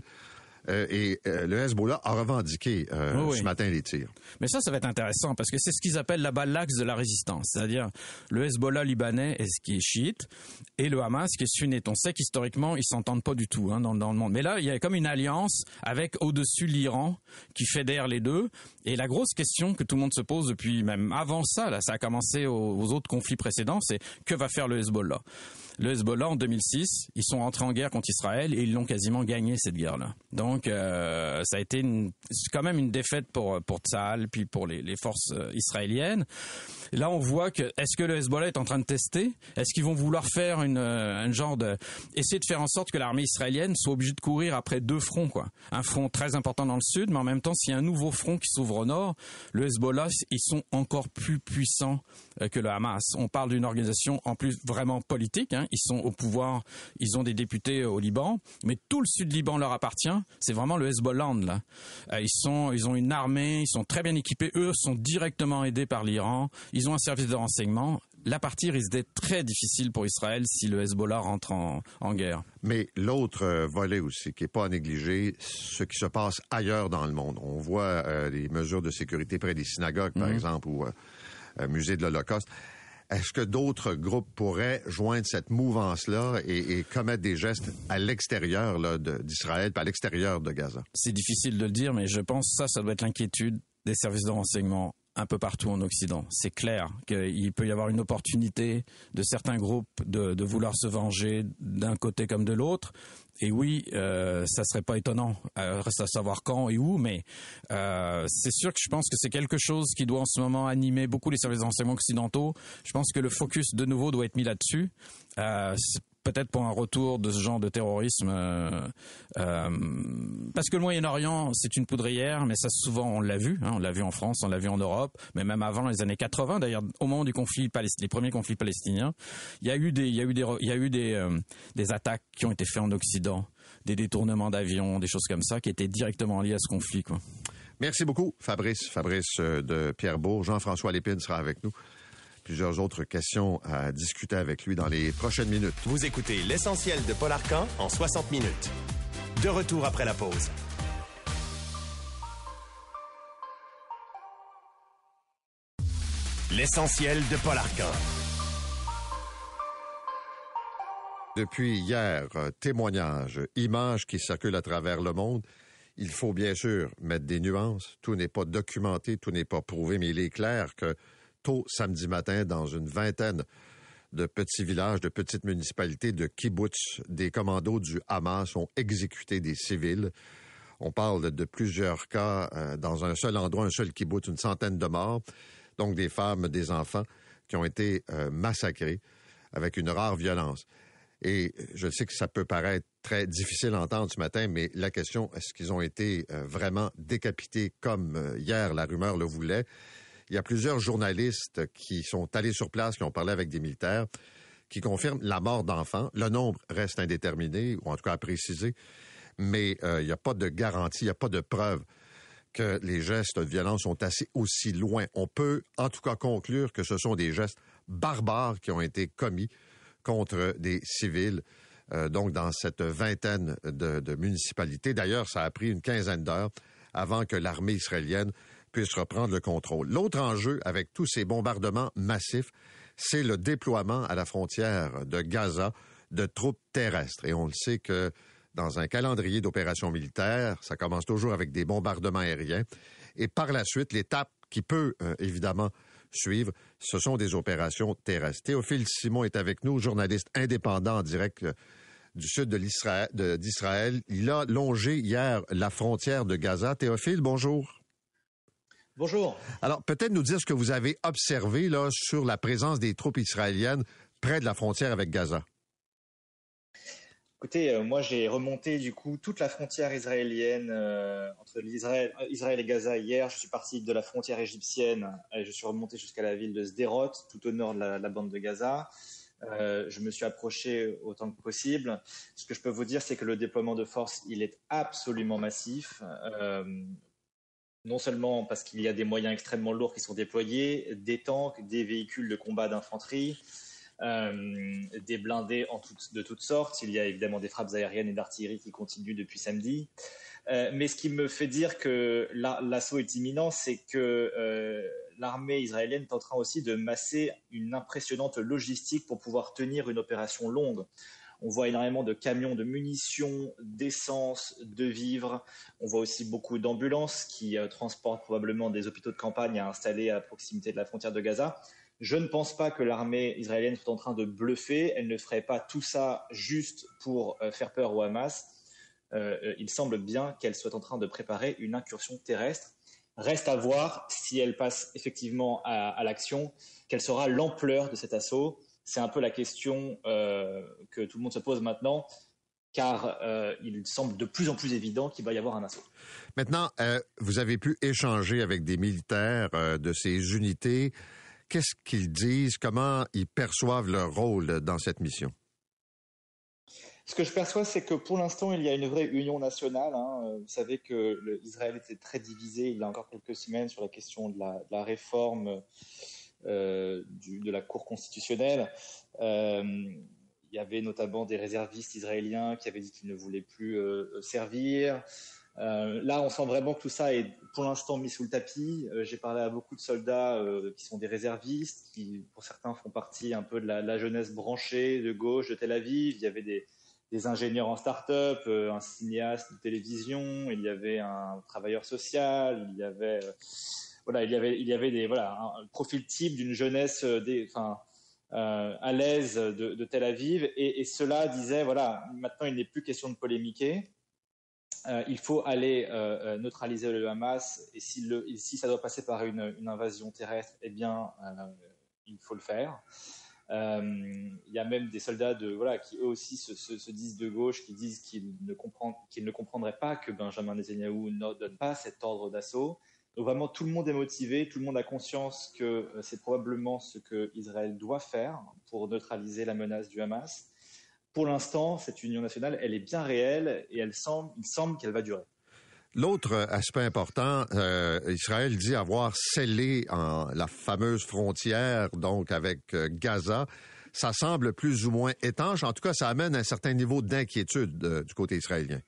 Et le Hezbollah a revendiqué ce matin les tirs. Mais ça va être intéressant parce que c'est ce qu'ils appellent la l'axe de la résistance. C'est-à-dire le Hezbollah libanais est ce qui est chiite et le Hamas qui est sunnite. On sait qu'historiquement, ils s'entendent pas du tout dans le monde. Mais là, il y a comme une alliance avec au-dessus l'Iran qui fédère les deux. Et la grosse question que tout le monde se pose depuis même avant ça, là, ça a commencé aux autres conflits précédents, c'est que va faire le Hezbollah ? Le Hezbollah, en 2006, ils sont rentrés en guerre contre Israël et ils l'ont quasiment gagné, cette guerre-là. Donc, ça a été quand même une défaite pour Tsahal, puis pour les forces israéliennes. Et là, on voit est-ce que le Hezbollah est en train de tester? Est-ce qu'ils vont vouloir faire essayer de faire en sorte que l'armée israélienne soit obligée de courir après 2 fronts, quoi. Un front très important dans le sud, mais en même temps, s'il y a un nouveau front qui s'ouvre au nord, le Hezbollah, ils sont encore plus puissants que le Hamas. On parle d'une organisation en plus vraiment politique, hein. Ils sont au pouvoir, ils ont des députés au Liban, mais tout le sud Liban leur appartient. C'est vraiment le Hezbollah, là. Ils ont une armée, ils sont très bien équipés. Eux sont directement aidés par l'Iran. Ils ont un service de renseignement. La partie risque d'être très difficile pour Israël si le Hezbollah rentre en guerre. Mais l'autre volet aussi, qui n'est pas à négliger, ce qui se passe ailleurs dans le monde. On voit les mesures de sécurité près des synagogues, par exemple, ou musée de l'Holocauste. Est-ce que d'autres groupes pourraient joindre cette mouvance-là et commettre des gestes à l'extérieur là, d'Israël, à l'extérieur de Gaza? C'est difficile de le dire, mais je pense que ça doit être l'inquiétude des services de renseignement un peu partout en Occident. C'est clair qu'il peut y avoir une opportunité de certains groupes de vouloir se venger d'un côté comme de l'autre. Et oui, ça serait pas étonnant. Reste à savoir quand et où, mais c'est sûr que je pense que c'est quelque chose qui doit en ce moment animer beaucoup les services de renseignement occidentaux. Je pense que le focus de nouveau doit être mis là-dessus. Peut-être pour un retour de ce genre de terrorisme, parce que le Moyen-Orient, c'est une poudrière, mais ça souvent on l'a vu, hein, on l'a vu en France, on l'a vu en Europe, mais même avant dans les années 80, d'ailleurs au moment du conflit les premiers conflits palestiniens, il y a eu des attaques qui ont été faites en Occident, des détournements d'avions, des choses comme ça, qui étaient directement liées à ce conflit, quoi. Merci beaucoup, Fabrice de Pierrebourg. Jean-François Lépine sera avec nous. Plusieurs autres questions à discuter avec lui dans les prochaines minutes. Vous écoutez l'essentiel de Paul Arcand en 60 minutes. De retour après la pause. L'essentiel de Paul Arcand. Depuis hier, témoignages, images qui circulent à travers le monde. Il faut bien sûr mettre des nuances. Tout n'est pas documenté, tout n'est pas prouvé, mais il est clair que tôt samedi matin, dans une vingtaine de petits villages, de petites municipalités, de kibbutz, des commandos du Hamas ont exécuté des civils. On parle de plusieurs cas dans un seul endroit, un seul kibbutz, une centaine de morts. Donc des femmes, des enfants qui ont été massacrés avec une rare violence. Et je sais que ça peut paraître très difficile à entendre ce matin, mais la question, est-ce qu'ils ont été vraiment décapités comme hier la rumeur le voulait? Il y a plusieurs journalistes qui sont allés sur place, qui ont parlé avec des militaires, qui confirment la mort d'enfants. Le nombre reste indéterminé, ou en tout cas à préciser, mais il n'y a pas de garantie, il n'y a pas de preuve que les gestes de violence sont aussi loin. On peut en tout cas conclure que ce sont des gestes barbares qui ont été commis contre des civils donc dans cette vingtaine de municipalités. D'ailleurs, ça a pris une quinzaine d'heures avant que l'armée israélienne puisse reprendre le contrôle. L'autre enjeu avec tous ces bombardements massifs, c'est le déploiement à la frontière de Gaza de troupes terrestres. Et on le sait que dans un calendrier d'opérations militaires, ça commence toujours avec des bombardements aériens. Et par la suite, l'étape qui peut évidemment suivre, ce sont des opérations terrestres. Théophile Simon est avec nous, journaliste indépendant en direct du sud d'Israël. Il a longé hier la frontière de Gaza. Théophile, bonjour. Bonjour. Alors, peut-être nous dire ce que vous avez observé là, sur la présence des troupes israéliennes près de la frontière avec Gaza. Écoutez, moi j'ai remonté du coup toute la frontière israélienne entre Israël et Gaza hier. Je suis parti de la frontière égyptienne et je suis remonté jusqu'à la ville de Sderot, tout au nord de la bande de Gaza. Je me suis approché autant que possible. Ce que je peux vous dire, c'est que le déploiement de force, il est absolument massif. Non seulement parce qu'il y a des moyens extrêmement lourds qui sont déployés, des tanks, des véhicules de combat d'infanterie, des blindés de toutes sortes. Il y a évidemment des frappes aériennes et d'artillerie qui continuent depuis samedi. Mais ce qui me fait dire que l'assaut est imminent, c'est que l'armée israélienne est en train aussi de masser une impressionnante logistique pour pouvoir tenir une opération longue. On voit énormément de camions de munitions, d'essence, de vivres. On voit aussi beaucoup d'ambulances qui transportent probablement des hôpitaux de campagne à installer à proximité de la frontière de Gaza. Je ne pense pas que l'armée israélienne soit en train de bluffer. Elle ne ferait pas tout ça juste pour faire peur au Hamas. Il semble bien qu'elle soit en train de préparer une incursion terrestre. Reste à voir si elle passe effectivement à l'action, quelle sera l'ampleur de cet assaut. C'est un peu la question que tout le monde se pose maintenant, car il semble de plus en plus évident qu'il va y avoir un assaut. Maintenant, vous avez pu échanger avec des militaires de ces unités. Qu'est-ce qu'ils disent? Comment ils perçoivent leur rôle dans cette mission? Ce que je perçois, c'est que pour l'instant, il y a une vraie union nationale. Vous savez que Israël était très divisé il y a encore quelques semaines sur la question de la réforme de la Cour constitutionnelle. Il y avait notamment des réservistes israéliens qui avaient dit qu'ils ne voulaient plus servir. Là, on sent vraiment que tout ça est pour l'instant mis sous le tapis. J'ai parlé à beaucoup de soldats qui sont des réservistes, qui pour certains font partie un peu de la jeunesse branchée de gauche de Tel Aviv. Il y avait des ingénieurs en start-up, un cinéaste de télévision, il y avait un travailleur social, il y avait un profil type d'une jeunesse à l'aise de Tel Aviv, et cela disait maintenant il n'est plus question de polémiquer. Il faut aller neutraliser le Hamas, et si ça doit passer par une invasion terrestre, eh bien il faut le faire. Il y a même des soldats qui eux aussi se disent de gauche, qui disent qu'ils ne comprendraient pas que Benjamin Netanyahou ne donne pas cet ordre d'assaut. Donc vraiment tout le monde est motivé, tout le monde a conscience que c'est probablement ce que Israël doit faire pour neutraliser la menace du Hamas. Pour l'instant, cette union nationale, elle est bien réelle et il semble qu'elle va durer. L'autre aspect important, Israël dit avoir scellé la fameuse frontière donc avec Gaza. Ça semble plus ou moins étanche. En tout cas, ça amène un certain niveau d'inquiétude du côté israélien.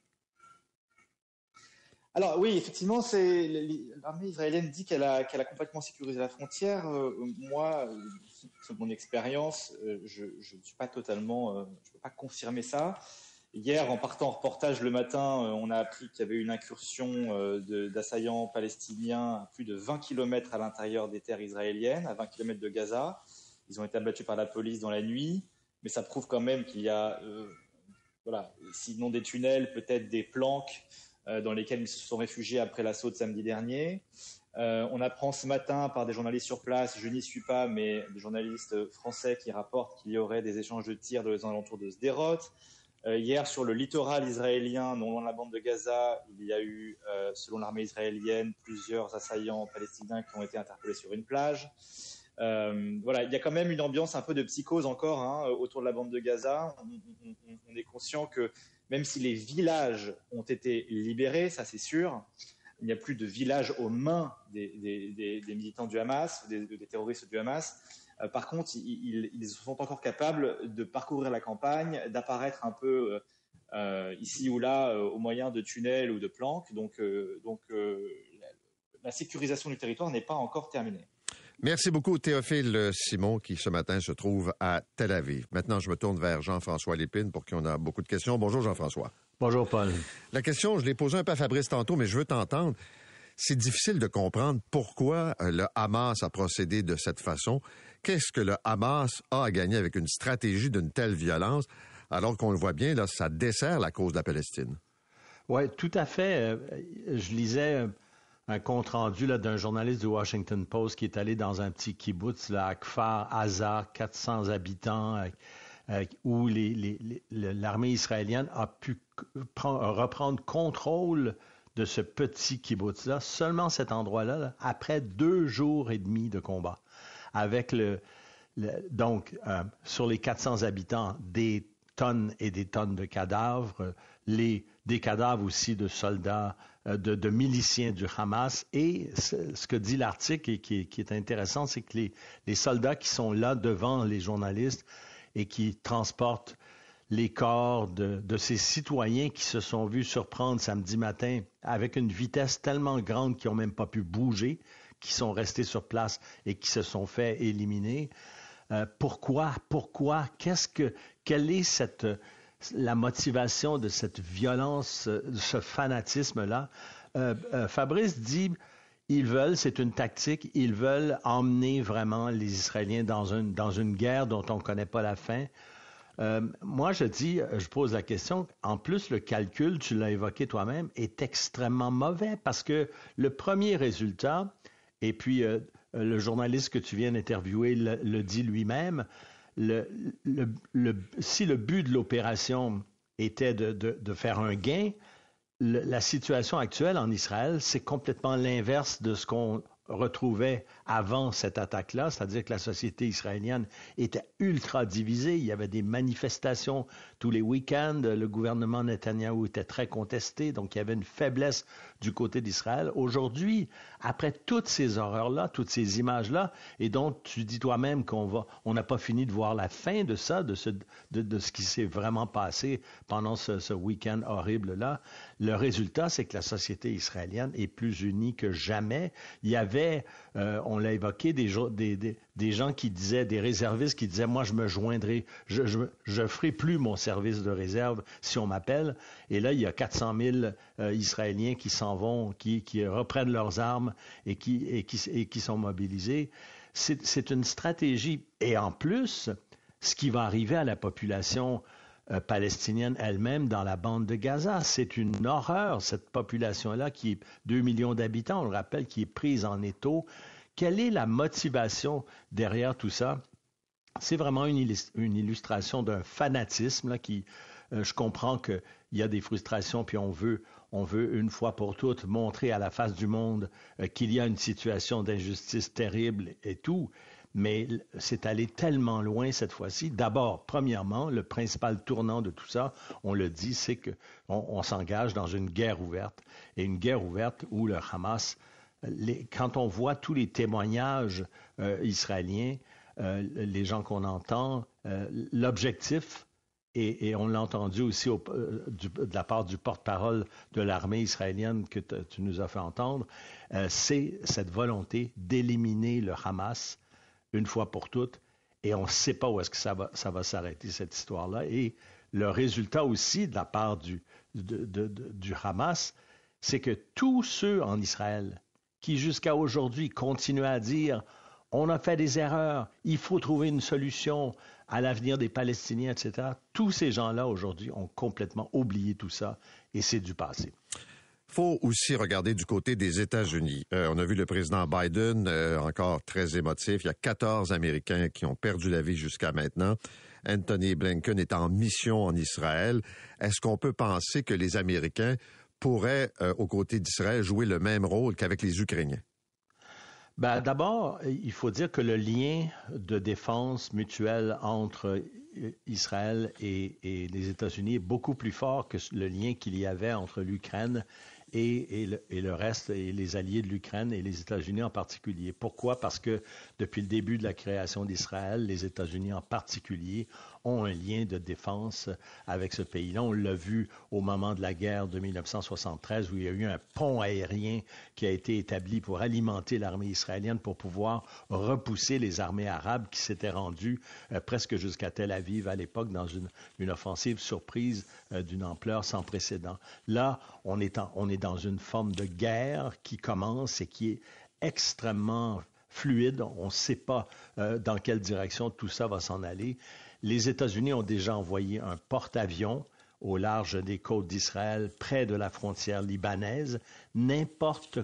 Alors oui, effectivement, l'armée israélienne dit qu'elle a complètement sécurisé la frontière. Moi, de mon expérience, je ne suis pas totalement, je peux pas confirmer ça. Hier, en partant en reportage le matin, on a appris qu'il y avait une incursion d'assaillants palestiniens à plus de 20 km à l'intérieur des terres israéliennes, à 20 km de Gaza. Ils ont été abattus par la police dans la nuit, mais ça prouve quand même qu'il y a, sinon des tunnels, peut-être des planques dans lesquelles ils se sont réfugiés après l'assaut de samedi dernier. On apprend ce matin par des journalistes sur place, je n'y suis pas, mais des journalistes français qui rapportent qu'il y aurait des échanges de tirs dans les alentours de Sderot. Hier, sur le littoral israélien, non loin de la bande de Gaza, il y a eu, selon l'armée israélienne, plusieurs assaillants palestiniens qui ont été interpellés sur une plage. Il y a quand même une ambiance un peu de psychose encore autour de la bande de Gaza. On est conscient que même si les villages ont été libérés, ça c'est sûr, il n'y a plus de villages aux mains des militants du Hamas, des terroristes du Hamas. Par contre, ils sont encore capables de parcourir la campagne, d'apparaître un peu ici ou là au moyen de tunnels ou de planques. Donc la sécurisation du territoire n'est pas encore terminée. Merci beaucoup, Théophile Simon, qui ce matin se trouve à Tel Aviv. Maintenant, je me tourne vers Jean-François Lépine pour qui on a beaucoup de questions. Bonjour, Jean-François. Bonjour, Paul. La question, je l'ai posée un peu à Fabrice tantôt, mais je veux t'entendre. C'est difficile de comprendre pourquoi le Hamas a procédé de cette façon. Qu'est-ce que le Hamas a à gagner avec une stratégie d'une telle violence, alors qu'on le voit bien, là, ça dessert la cause de la Palestine? Oui, tout à fait. Je lisais un compte-rendu d'un journaliste du Washington Post qui est allé dans un petit kibbutz à Kfar Aza, 400 habitants, où l'armée israélienne a pu reprendre contrôle de ce petit kibbutz-là, seulement cet endroit-là, là, après 2 jours et demi de combat. Avec donc, sur les 400 habitants, des tonnes et des tonnes de cadavres, des cadavres aussi de soldats, de miliciens du Hamas. Et ce que dit l'article et qui est intéressant, c'est que les soldats qui sont là devant les journalistes et qui transportent les corps de ces citoyens qui se sont vus surprendre samedi matin avec une vitesse tellement grande qu'ils n'ont même pas pu bouger, qui sont restés sur place et qui se sont fait éliminer. Pourquoi? Quelle est la motivation de cette violence, de ce fanatisme-là? Fabrice dit, c'est une tactique, ils veulent emmener vraiment les Israéliens dans une guerre dont on ne connaît pas la fin. Moi, je pose la question, en plus, le calcul, tu l'as évoqué toi-même, est extrêmement mauvais parce que le premier résultat, et puis le journaliste que tu viens d'interviewer le dit lui-même, si le but de l'opération était de faire un gain, la situation actuelle en Israël, c'est complètement l'inverse de ce qu'on retrouvait avant cette attaque-là, c'est-à-dire que la société israélienne était ultra divisée. Il y avait des manifestations tous les week-ends. Le gouvernement Netanyahou était très contesté, donc il y avait une faiblesse du côté d'Israël. Aujourd'hui, après toutes ces horreurs-là, toutes ces images-là, et dont tu dis toi-même on n'a pas fini de voir la fin de ça, de ce qui s'est vraiment passé pendant ce week-end horrible-là, le résultat, c'est que la société israélienne est plus unie que jamais. Il y avait, on l'a évoqué, des gens qui disaient, des réservistes qui disaient, moi, je me joindrai, je ferai plus mon service de réserve si on m'appelle. Et là, il y a 400 000 Israéliens qui s'en vont, qui reprennent leurs armes et qui sont mobilisés. C'est une stratégie. Et en plus, ce qui va arriver à la population palestinienne elle-même dans la bande de Gaza, c'est une horreur, cette population-là qui est 2 millions d'habitants, on le rappelle, qui est prise en étau. Quelle est la motivation derrière tout ça? C'est vraiment une illustration d'un fanatisme là, qui, je comprends qu'il y a des frustrations, puis on veut une fois pour toutes montrer à la face du monde qu'il y a une situation d'injustice terrible et tout, mais c'est allé tellement loin cette fois-ci. D'abord, premièrement, le principal tournant de tout ça, on le dit, c'est qu'on s'engage dans une guerre ouverte, et une guerre ouverte où le Hamas, quand on voit tous les témoignages israéliens, les gens qu'on entend, l'objectif, et on l'a entendu aussi de la part du porte-parole de l'armée israélienne que tu nous as fait entendre, c'est cette volonté d'éliminer le Hamas une fois pour toutes, et on ne sait pas où est-ce que ça va s'arrêter, cette histoire-là. Et le résultat aussi de la part du Hamas, c'est que tous ceux en Israël qui jusqu'à aujourd'hui continuent à dire « on a fait des erreurs, il faut trouver une solution à l'avenir des Palestiniens, etc. », tous ces gens-là aujourd'hui ont complètement oublié tout ça, et c'est du passé. Faut aussi regarder du côté des États-Unis. On a vu le président Biden, encore très émotif. Il y a 14 Américains qui ont perdu la vie jusqu'à maintenant. Anthony Blinken est en mission en Israël. Est-ce qu'on peut penser que les Américains pourraient, aux côtés d'Israël, jouer le même rôle qu'avec les Ukrainiens? D'abord, il faut dire que le lien de défense mutuelle entre Israël et les États-Unis est beaucoup plus fort que le lien qu'il y avait entre l'Ukraine et le reste, et les alliés de l'Ukraine et les États-Unis en particulier. Pourquoi? Parce que depuis le début de la création d'Israël, les États-Unis en particulier ont un lien de défense avec ce pays-là. On l'a vu au moment de la guerre de 1973 où il y a eu un pont aérien qui a été établi pour alimenter l'armée israélienne pour pouvoir repousser les armées arabes qui s'étaient rendues presque jusqu'à Tel Aviv à l'époque dans une offensive surprise d'une ampleur sans précédent. Là, on est dans une forme de guerre qui commence et qui est extrêmement fluide. On ne sait pas dans quelle direction tout ça va s'en aller. Les États-Unis ont déjà envoyé un porte-avions au large des côtes d'Israël, près de la frontière libanaise. N'importe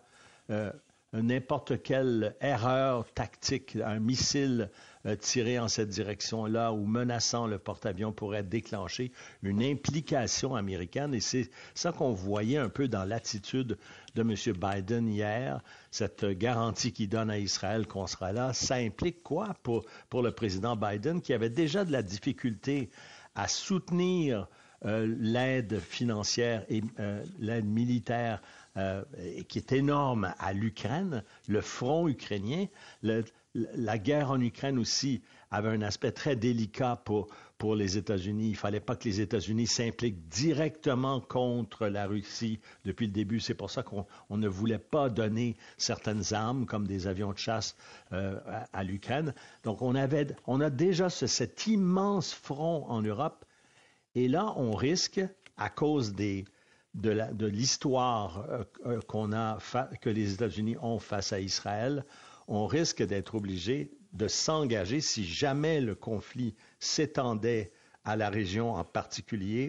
quelle erreur tactique, un missile tiré en cette direction-là ou menaçant le porte-avions pourrait déclencher une implication américaine. Et c'est ça qu'on voyait un peu dans l'attitude de M. Biden hier, cette garantie qu'il donne à Israël qu'on sera là. Ça implique quoi pour le président Biden qui avait déjà de la difficulté à soutenir l'aide financière et l'aide militaire qui est énorme à l'Ukraine, le front ukrainien. La guerre en Ukraine aussi avait un aspect très délicat pour les États-Unis. Il ne fallait pas que les États-Unis s'impliquent directement contre la Russie depuis le début. C'est pour ça qu'on ne voulait pas donner certaines armes, comme des avions de chasse, à l'Ukraine. Donc, on a déjà cet immense front en Europe. Et là, on risque, à cause de l'histoire que les États-Unis ont face à Israël, on risque d'être obligé de s'engager si jamais le conflit s'étendait à la région en particulier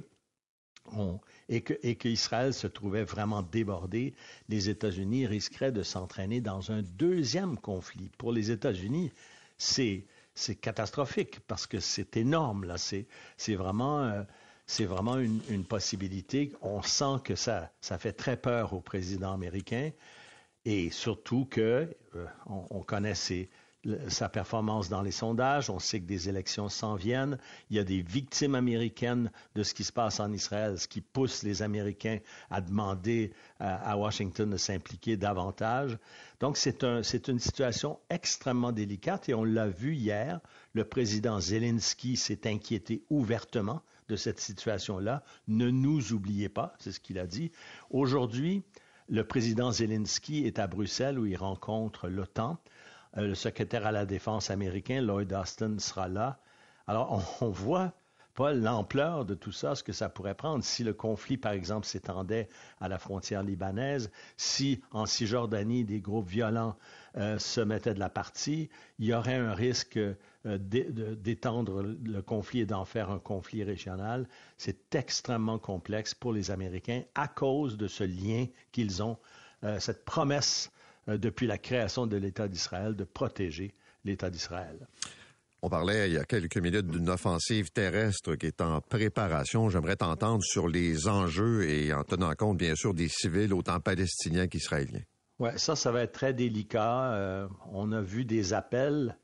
et qu'Israël se trouvait vraiment débordé, les États-Unis risqueraient de s'entraîner dans un deuxième conflit. Pour les États-Unis, c'est catastrophique parce que c'est énorme, là. C'est vraiment une possibilité. On sent que ça fait très peur au président américain et surtout qu'on connaît sa performance dans les sondages. On sait que des élections s'en viennent. Il y a des victimes américaines de ce qui se passe en Israël, ce qui pousse les Américains à demander à Washington de s'impliquer davantage. Donc, c'est une situation extrêmement délicate et on l'a vu hier. Le président Zelensky s'est inquiété ouvertement de cette situation-là. Ne nous oubliez pas, c'est ce qu'il a dit. Aujourd'hui, le président Zelensky est à Bruxelles où il rencontre l'OTAN. Le secrétaire à la Défense américain, Lloyd Austin, sera là. Alors, on voit pas l'ampleur de tout ça, ce que ça pourrait prendre. Si le conflit, par exemple, s'étendait à la frontière libanaise, si en Cisjordanie, des groupes violents se mettaient de la partie, il y aurait un risque d'étendre le conflit et d'en faire un conflit régional. C'est extrêmement complexe pour les Américains à cause de ce lien qu'ils ont, cette promesse depuis la création de l'État d'Israël de protéger l'État d'Israël. On parlait il y a quelques minutes d'une offensive terrestre qui est en préparation. J'aimerais t'entendre sur les enjeux et en tenant compte, bien sûr, des civils autant palestiniens qu'israéliens. Oui, ça va être très délicat. On a vu des appels.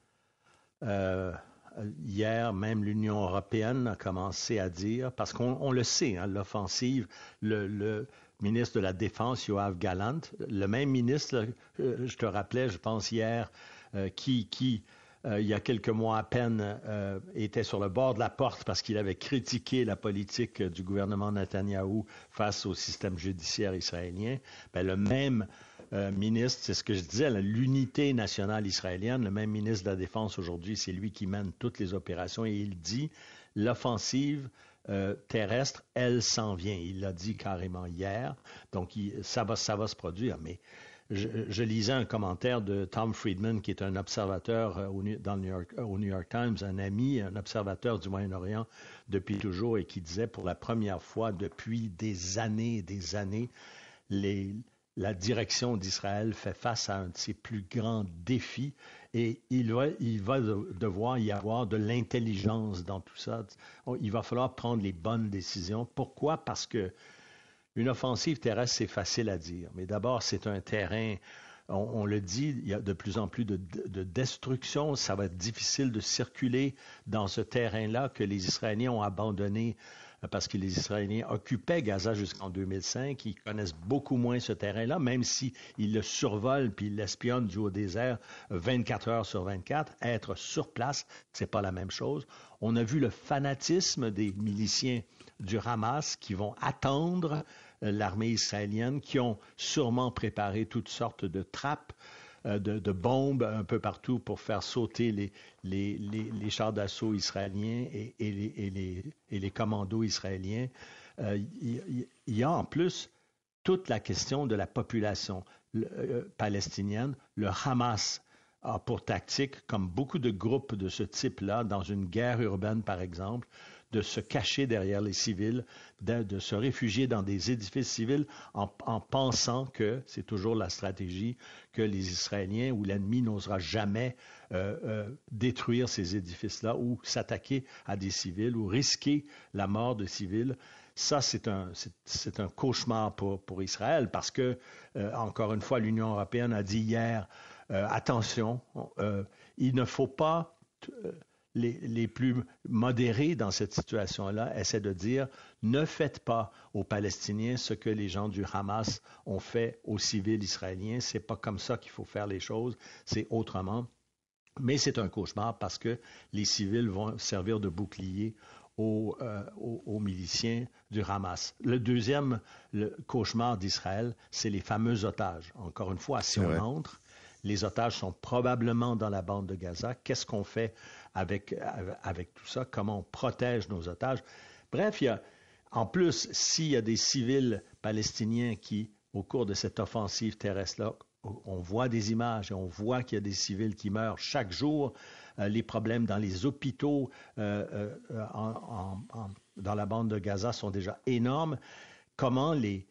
Hier, même l'Union européenne a commencé à dire, parce qu'on le sait, hein, l'offensive, le ministre de la Défense, Yoav Gallant, le même ministre, je te rappelais, je pense hier, qui il y a quelques mois à peine, était sur le bord de la porte parce qu'il avait critiqué la politique du gouvernement Netanyahou face au système judiciaire israélien. Bien, le même ministre, c'est ce que je disais, l'unité nationale israélienne, le même ministre de la Défense aujourd'hui, c'est lui qui mène toutes les opérations et il dit l'offensive terrestre, elle s'en vient. Il l'a dit carrément hier. Donc, ça va se produire. Mais je lisais un commentaire de Tom Friedman, qui est un observateur au New York Times, un ami, un observateur du Moyen-Orient depuis toujours, et qui disait pour la première fois depuis des années et des années, la direction d'Israël fait face à un de ses plus grands défis et il va devoir y avoir de l'intelligence dans tout ça. Il va falloir prendre les bonnes décisions. Pourquoi? Parce que une offensive terrestre, c'est facile à dire. Mais d'abord, c'est un terrain, on le dit, il y a de plus en plus de destruction. Ça va être difficile de circuler dans ce terrain-là que les Israéliens ont abandonné parce que les Israéliens occupaient Gaza jusqu'en 2005. Ils connaissent beaucoup moins ce terrain-là, même s'ils le survolent puis ils l'espionnent du haut des airs 24 heures sur 24. Être sur place, c'est pas la même chose. On a vu le fanatisme des miliciens du Hamas qui vont attendre l'armée israélienne, qui ont sûrement préparé toutes sortes de trappes, de bombes un peu partout pour faire sauter les chars d'assaut israéliens et les commandos israéliens. Il y a en plus toute la question de la population palestinienne. Le Hamas a pour tactique, comme beaucoup de groupes de ce type-là, dans une guerre urbaine par exemple, de se cacher derrière les civils, de se réfugier dans des édifices civils en pensant que, c'est toujours la stratégie, que les Israéliens ou l'ennemi n'osera jamais détruire ces édifices-là ou s'attaquer à des civils ou risquer la mort de civils. Ça, c'est un cauchemar pour Israël parce que, encore une fois, l'Union européenne a dit hier, attention, il ne faut pas... Les plus modérés dans cette situation-là essaient de dire ne faites pas aux Palestiniens ce que les gens du Hamas ont fait aux civils israéliens. C'est pas comme ça qu'il faut faire les choses, c'est autrement. Mais c'est un cauchemar parce que les civils vont servir de bouclier aux miliciens du Hamas. Le deuxième cauchemar d'Israël, c'est les fameux otages. Encore une fois, si on entre, les otages sont probablement dans la bande de Gaza. Qu'est-ce qu'on fait avec tout ça? Comment on protège nos otages? Bref, en plus, s'il y a des civils palestiniens qui, au cours de cette offensive terrestre-là, on voit des images et on voit qu'il y a des civils qui meurent chaque jour, les problèmes dans les hôpitaux dans la bande de Gaza sont déjà énormes. Comment les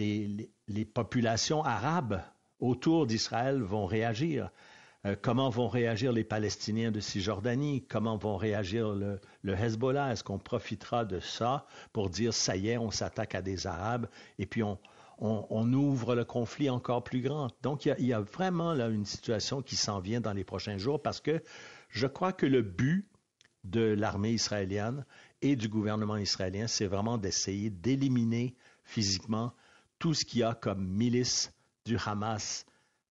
populations arabes autour d'Israël vont réagir? Comment vont réagir les Palestiniens de Cisjordanie? Comment vont réagir le Hezbollah? Est-ce qu'on profitera de ça pour dire ça y est, on s'attaque à des Arabes et puis on ouvre le conflit encore plus grand? Donc, il y a vraiment là une situation qui s'en vient dans les prochains jours parce que je crois que le but de l'armée israélienne et du gouvernement israélien, c'est vraiment d'essayer d'éliminer physiquement tout ce qu'il y a comme milice du Hamas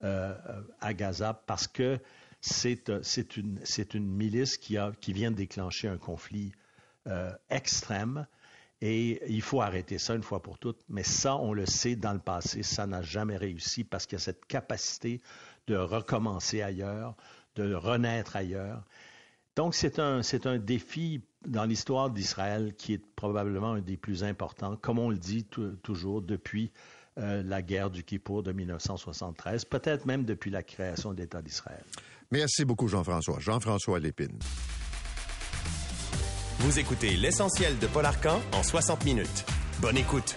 à Gaza parce que c'est une milice qui vient de déclencher un conflit extrême et il faut arrêter ça une fois pour toutes. Mais ça, on le sait dans le passé, ça n'a jamais réussi parce qu'il y a cette capacité de recommencer ailleurs, de renaître ailleurs. Donc, c'est un défi dans l'histoire d'Israël qui est probablement un des plus importants, comme on le dit toujours depuis la guerre du Kippour de 1973, peut-être même depuis la création de l'État d'Israël. Merci beaucoup, Jean-François. Jean-François Lépine. Vous écoutez l'essentiel de Paul Arcand en 60 minutes. Bonne écoute.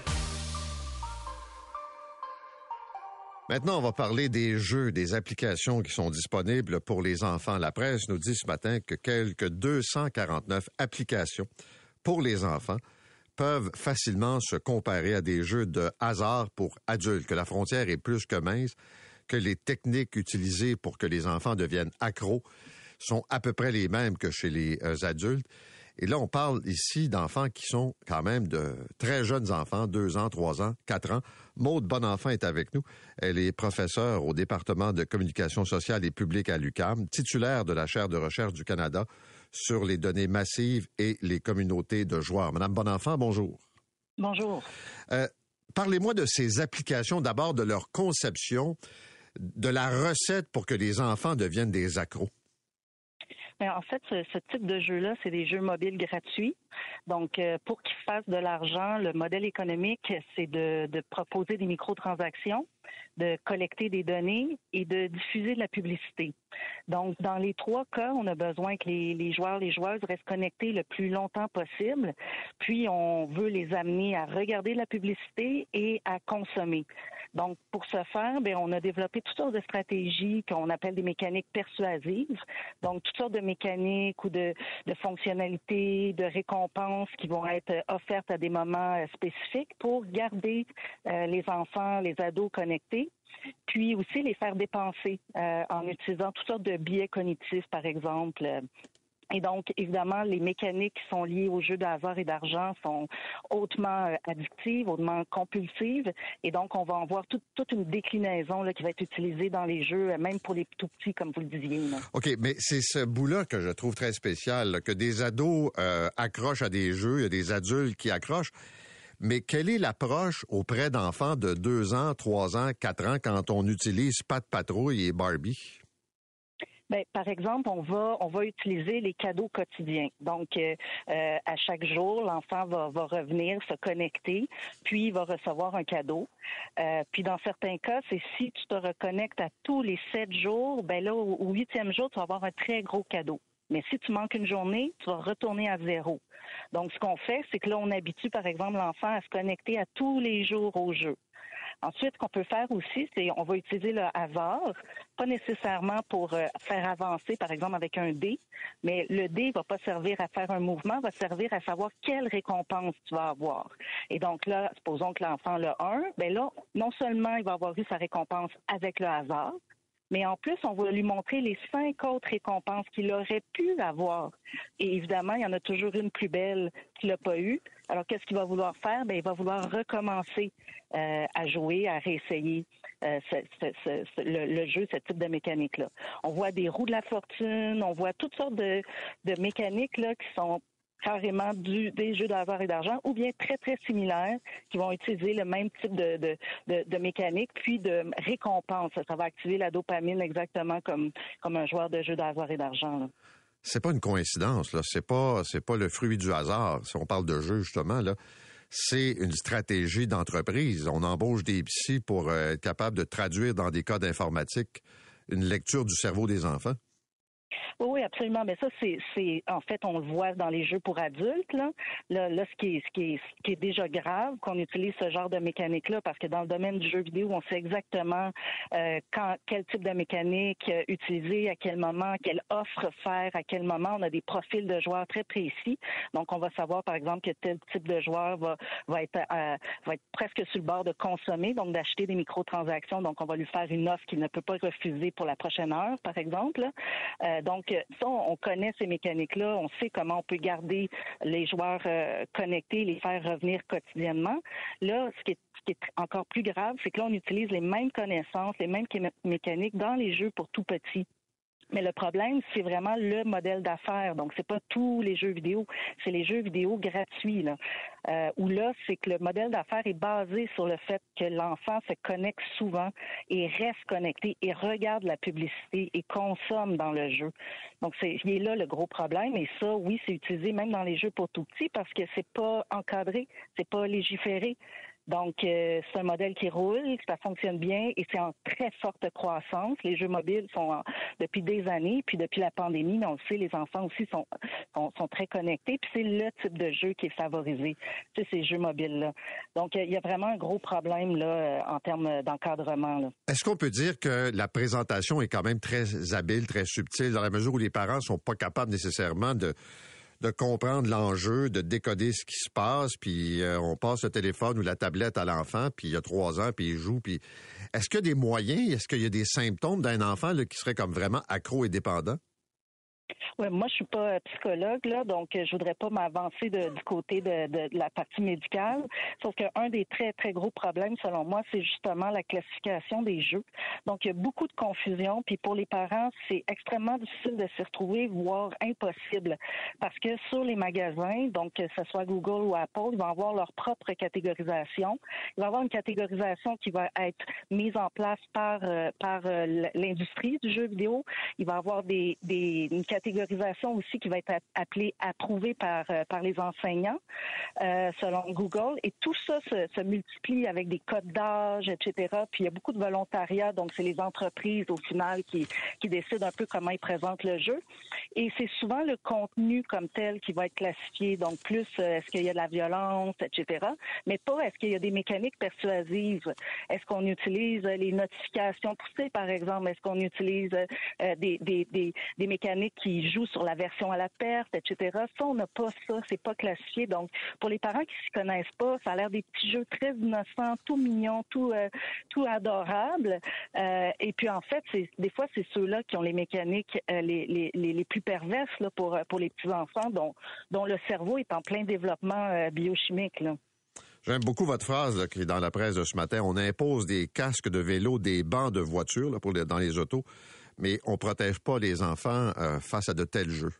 Maintenant, on va parler des jeux, des applications qui sont disponibles pour les enfants. La presse nous dit ce matin que quelques 249 applications pour les enfants peuvent facilement se comparer à des jeux de hasard pour adultes, que la frontière est plus que mince, que les techniques utilisées pour que les enfants deviennent accros sont à peu près les mêmes que chez les adultes. Et là, on parle ici d'enfants qui sont quand même de très jeunes enfants, 2 ans, 3 ans, 4 ans. Maude Bonenfant est avec nous. Elle est professeure au département de communication sociale et publique à l'UQAM, titulaire de la chaire de recherche du Canada sur les données massives et les communautés de joueurs. Madame Bonenfant, bonjour. Bonjour. Parlez-moi de ces applications, d'abord de leur conception, de la recette pour que les enfants deviennent des accros. En fait, ce type de jeu-là, c'est des jeux mobiles gratuits. Donc, pour qu'ils fassent de l'argent, le modèle économique, c'est de proposer des microtransactions, de collecter des données et de diffuser de la publicité. Donc, dans les 3 cas, on a besoin que les joueurs, les joueuses restent connectés le plus longtemps possible. Puis, on veut les amener à regarder la publicité et à consommer. Donc, pour ce faire, on a développé toutes sortes de stratégies qu'on appelle des mécaniques persuasives. Donc, toutes sortes de mécaniques ou de fonctionnalités, de récompenses qui vont être offertes à des moments spécifiques pour garder les enfants, les ados connectés. Puis aussi les faire dépenser en utilisant toutes sortes de biais cognitifs, par exemple, Et donc, évidemment, les mécaniques qui sont liées aux jeux de hasard et d'argent sont hautement addictives, hautement compulsives. Et donc, on va en voir toute une déclinaison là, qui va être utilisée dans les jeux, même pour les tout petits, comme vous le disiez. Là. OK, mais c'est ce bout-là que je trouve très spécial, là, que des ados accrochent à des jeux, il y a des adultes qui accrochent. Mais quelle est l'approche auprès d'enfants de 2 ans, 3 ans, 4 ans quand on utilise Pat' Patrouille et Barbie? Bien, par exemple, on va utiliser les cadeaux quotidiens. Donc, à chaque jour, l'enfant va revenir se connecter, puis il va recevoir un cadeau. Puis, dans certains cas, c'est si tu te reconnectes à tous les 7 jours, ben là, au 8e jour, tu vas avoir un très gros cadeau. Mais si tu manques une journée, tu vas retourner à 0. Donc, ce qu'on fait, c'est que là, on habitue, par exemple, l'enfant à se connecter à tous les jours au jeu. Ensuite, ce qu'on peut faire aussi, c'est on va utiliser le hasard, pas nécessairement pour faire avancer, par exemple, avec un dé, mais le dé va pas servir à faire un mouvement, va servir à savoir quelle récompense tu vas avoir. Et donc là, supposons que l'enfant a 1, ben là, non seulement il va avoir eu sa récompense avec le hasard, mais en plus, on va lui montrer les 5 autres récompenses qu'il aurait pu avoir. Et évidemment, il y en a toujours une plus belle qu'il n'a pas eue. Alors, qu'est-ce qu'il va vouloir faire? Bien, il va vouloir recommencer à jouer, à réessayer le jeu, ce type de mécanique-là. On voit des roues de la fortune, on voit toutes sortes de mécaniques là qui sont carrément des jeux de hasard et d'argent, ou bien très, très similaires, qui vont utiliser le même type de mécanique, puis de récompense. Ça va activer la dopamine exactement comme un joueur de jeux de hasard et d'argent. Là. C'est pas une coïncidence, là. C'est pas le fruit du hasard. Si on parle de jeu, justement, là, c'est une stratégie d'entreprise. On embauche des psys pour être capable de traduire dans des cas d'informatique une lecture du cerveau des enfants. Oui, absolument. Mais ça, c'est en fait, on le voit dans les jeux pour adultes. Là, ce qui est déjà grave qu'on utilise ce genre de mécanique-là, parce que dans le domaine du jeu vidéo, on sait exactement quel type de mécanique utiliser, à quel moment, quelle offre faire, à quel moment. On a des profils de joueurs très précis. Donc, on va savoir, par exemple, que tel type de joueur va être presque sur le bord de consommer, donc d'acheter des microtransactions. Donc, on va lui faire une offre qu'il ne peut pas refuser pour la prochaine heure, par exemple. Donc, ça, on connaît ces mécaniques-là. On sait comment on peut garder les joueurs connectés, les faire revenir quotidiennement. Là, ce qui est encore plus grave, c'est que là, on utilise les mêmes connaissances, les mêmes mécaniques dans les jeux pour tout petits. Mais le problème, c'est vraiment le modèle d'affaires. Donc, c'est pas tous les jeux vidéo, c'est les jeux vidéo gratuits, là. Où là, c'est que le modèle d'affaires est basé sur le fait que l'enfant se connecte souvent et reste connecté et regarde la publicité et consomme dans le jeu. Donc, il est là le gros problème. Et ça, oui, c'est utilisé même dans les jeux pour tout petits parce que c'est pas encadré, c'est pas légiféré. Donc, c'est un modèle qui roule, ça fonctionne bien et c'est en très forte croissance. Les jeux mobiles sont depuis des années, puis depuis la pandémie, mais on le sait, les enfants aussi sont très connectés, puis c'est le type de jeu qui est favorisé, ces jeux mobiles-là. Donc, il y a vraiment un gros problème là en termes d'encadrement. Là. Est-ce qu'on peut dire que la présentation est quand même très habile, très subtile, dans la mesure où les parents sont pas capables nécessairement de comprendre l'enjeu, de décoder ce qui se passe, puis on passe le téléphone ou la tablette à l'enfant, puis il y a 3 ans, puis il joue, puis... Est-ce qu'il y a des moyens, est-ce qu'il y a des symptômes d'un enfant là, qui serait comme vraiment accro et dépendant? Oui, moi, je suis pas psychologue, là, donc je voudrais pas m'avancer du côté de la partie médicale. Sauf qu'un des très, très gros problèmes, selon moi, c'est justement la classification des jeux. Donc, il y a beaucoup de confusion, puis pour les parents, c'est extrêmement difficile de s'y retrouver, voire impossible. Parce que sur les magasins, donc que ce soit Google ou Apple, ils vont avoir leur propre catégorisation. Il va y avoir une catégorisation qui va être mise en place par l'industrie du jeu vidéo. Il va y avoir une catégorisation aussi qui va être appelée approuvée par les enseignants selon Google. Et tout ça se multiplie avec des codes d'âge, etc. Puis il y a beaucoup de volontariat, donc c'est les entreprises au final qui décident un peu comment ils présentent le jeu. Et c'est souvent le contenu comme tel qui va être classifié, donc plus est-ce qu'il y a de la violence, etc. Mais pas est-ce qu'il y a des mécaniques persuasives. Est-ce qu'on utilise les notifications poussées, par exemple? Est-ce qu'on utilise des mécaniques qui qui jouent sur la version à la perte, etc. Ça, on n'a pas ça, c'est pas classifié. Donc, pour les parents qui s'y connaissent pas, ça a l'air des petits jeux très innocents, tout mignons, tout adorables. Et puis, en fait, des fois, c'est ceux-là qui ont les mécaniques les plus perverses là, pour les petits-enfants, dont le cerveau est en plein développement biochimique, là. J'aime beaucoup votre phrase là, qui est dans la presse de ce matin. On impose des casques de vélo, des bancs de voiture là, dans les autos, mais on protège pas les enfants face à de tels jeux.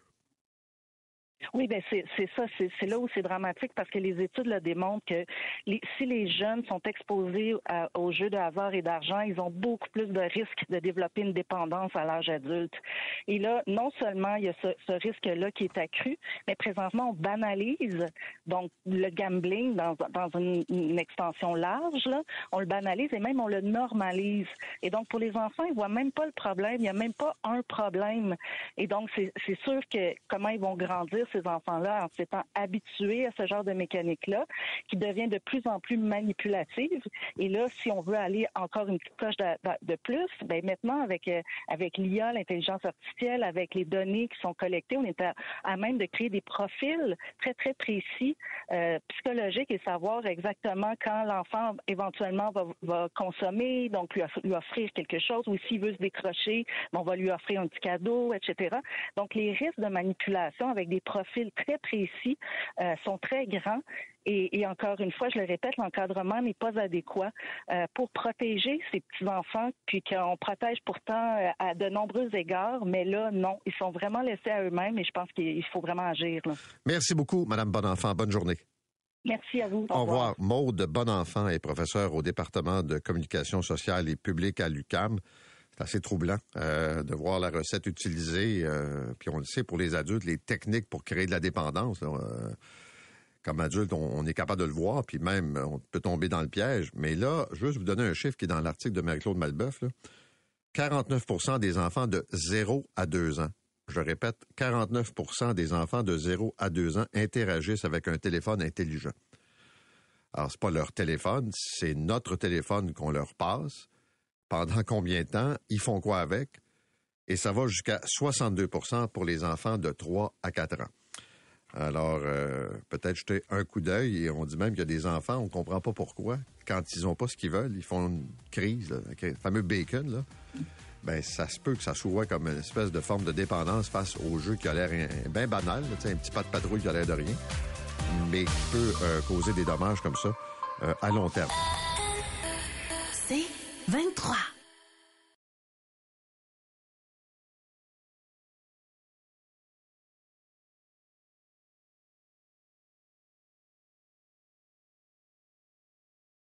Oui, ben c'est ça, c'est là où c'est dramatique parce que les études le démontrent que si les jeunes sont exposés aux jeux de hasard et d'argent, ils ont beaucoup plus de risques de développer une dépendance à l'âge adulte. Et là, non seulement il y a ce risque-là qui est accru, mais présentement on banalise donc le gambling dans une extension large, là, on le banalise et même on le normalise. Et donc pour les enfants, ils voient même pas le problème, il y a même pas un problème. Et donc c'est sûr que comment ils vont grandir ces enfants-là en s'étant habitués à ce genre de mécanique-là, qui devient de plus en plus manipulative. Et là, si on veut aller encore une petite coche de plus, ben maintenant, avec l'IA, l'intelligence artificielle, avec les données qui sont collectées, on est à même de créer des profils très, très précis, psychologiques et savoir exactement quand l'enfant éventuellement va consommer, donc lui offrir quelque chose, ou s'il veut se décrocher, on va lui offrir un petit cadeau, etc. Donc, les risques de manipulation avec des profils très précis sont très grands. Et encore une fois, je le répète, l'encadrement n'est pas adéquat pour protéger ces petits-enfants, puis qu'on protège pourtant à de nombreux égards, mais là, non, ils sont vraiment laissés à eux-mêmes et je pense qu'il faut vraiment agir. Là. Merci beaucoup, Mme Bonenfant. Bonne journée. Merci à vous. Au revoir. Maude Bonenfant est professeure au département de communication sociale et publique à l'UQAM. C'est assez troublant de voir la recette utilisée, puis on le sait, pour les adultes, les techniques pour créer de la dépendance. Là, comme adulte, on est capable de le voir, puis même, on peut tomber dans le piège. Mais là, juste vous donner un chiffre qui est dans l'article de Marie-Claude Malbeuf, là, 49% des enfants de 0 à 2 ans, je répète, 49% des enfants de 0 à 2 ans interagissent avec un téléphone intelligent. Alors, c'est pas leur téléphone, c'est notre téléphone qu'on leur passe. Pendant combien de temps? Ils font quoi avec? Et ça va jusqu'à 62% pour les enfants de 3 à 4 ans. Alors, peut-être jeter un coup d'œil, et on dit même qu'il y a des enfants, on ne comprend pas pourquoi, quand ils n'ont pas ce qu'ils veulent, ils font une crise, là, avec le fameux bacon, là. Ben, ça se peut que ça soit comme une espèce de forme de dépendance face au jeu qui a l'air bien banal, là, un petit pas de patrouille qui a l'air de rien, mais qui peut causer des dommages comme ça à long terme. C'est 23.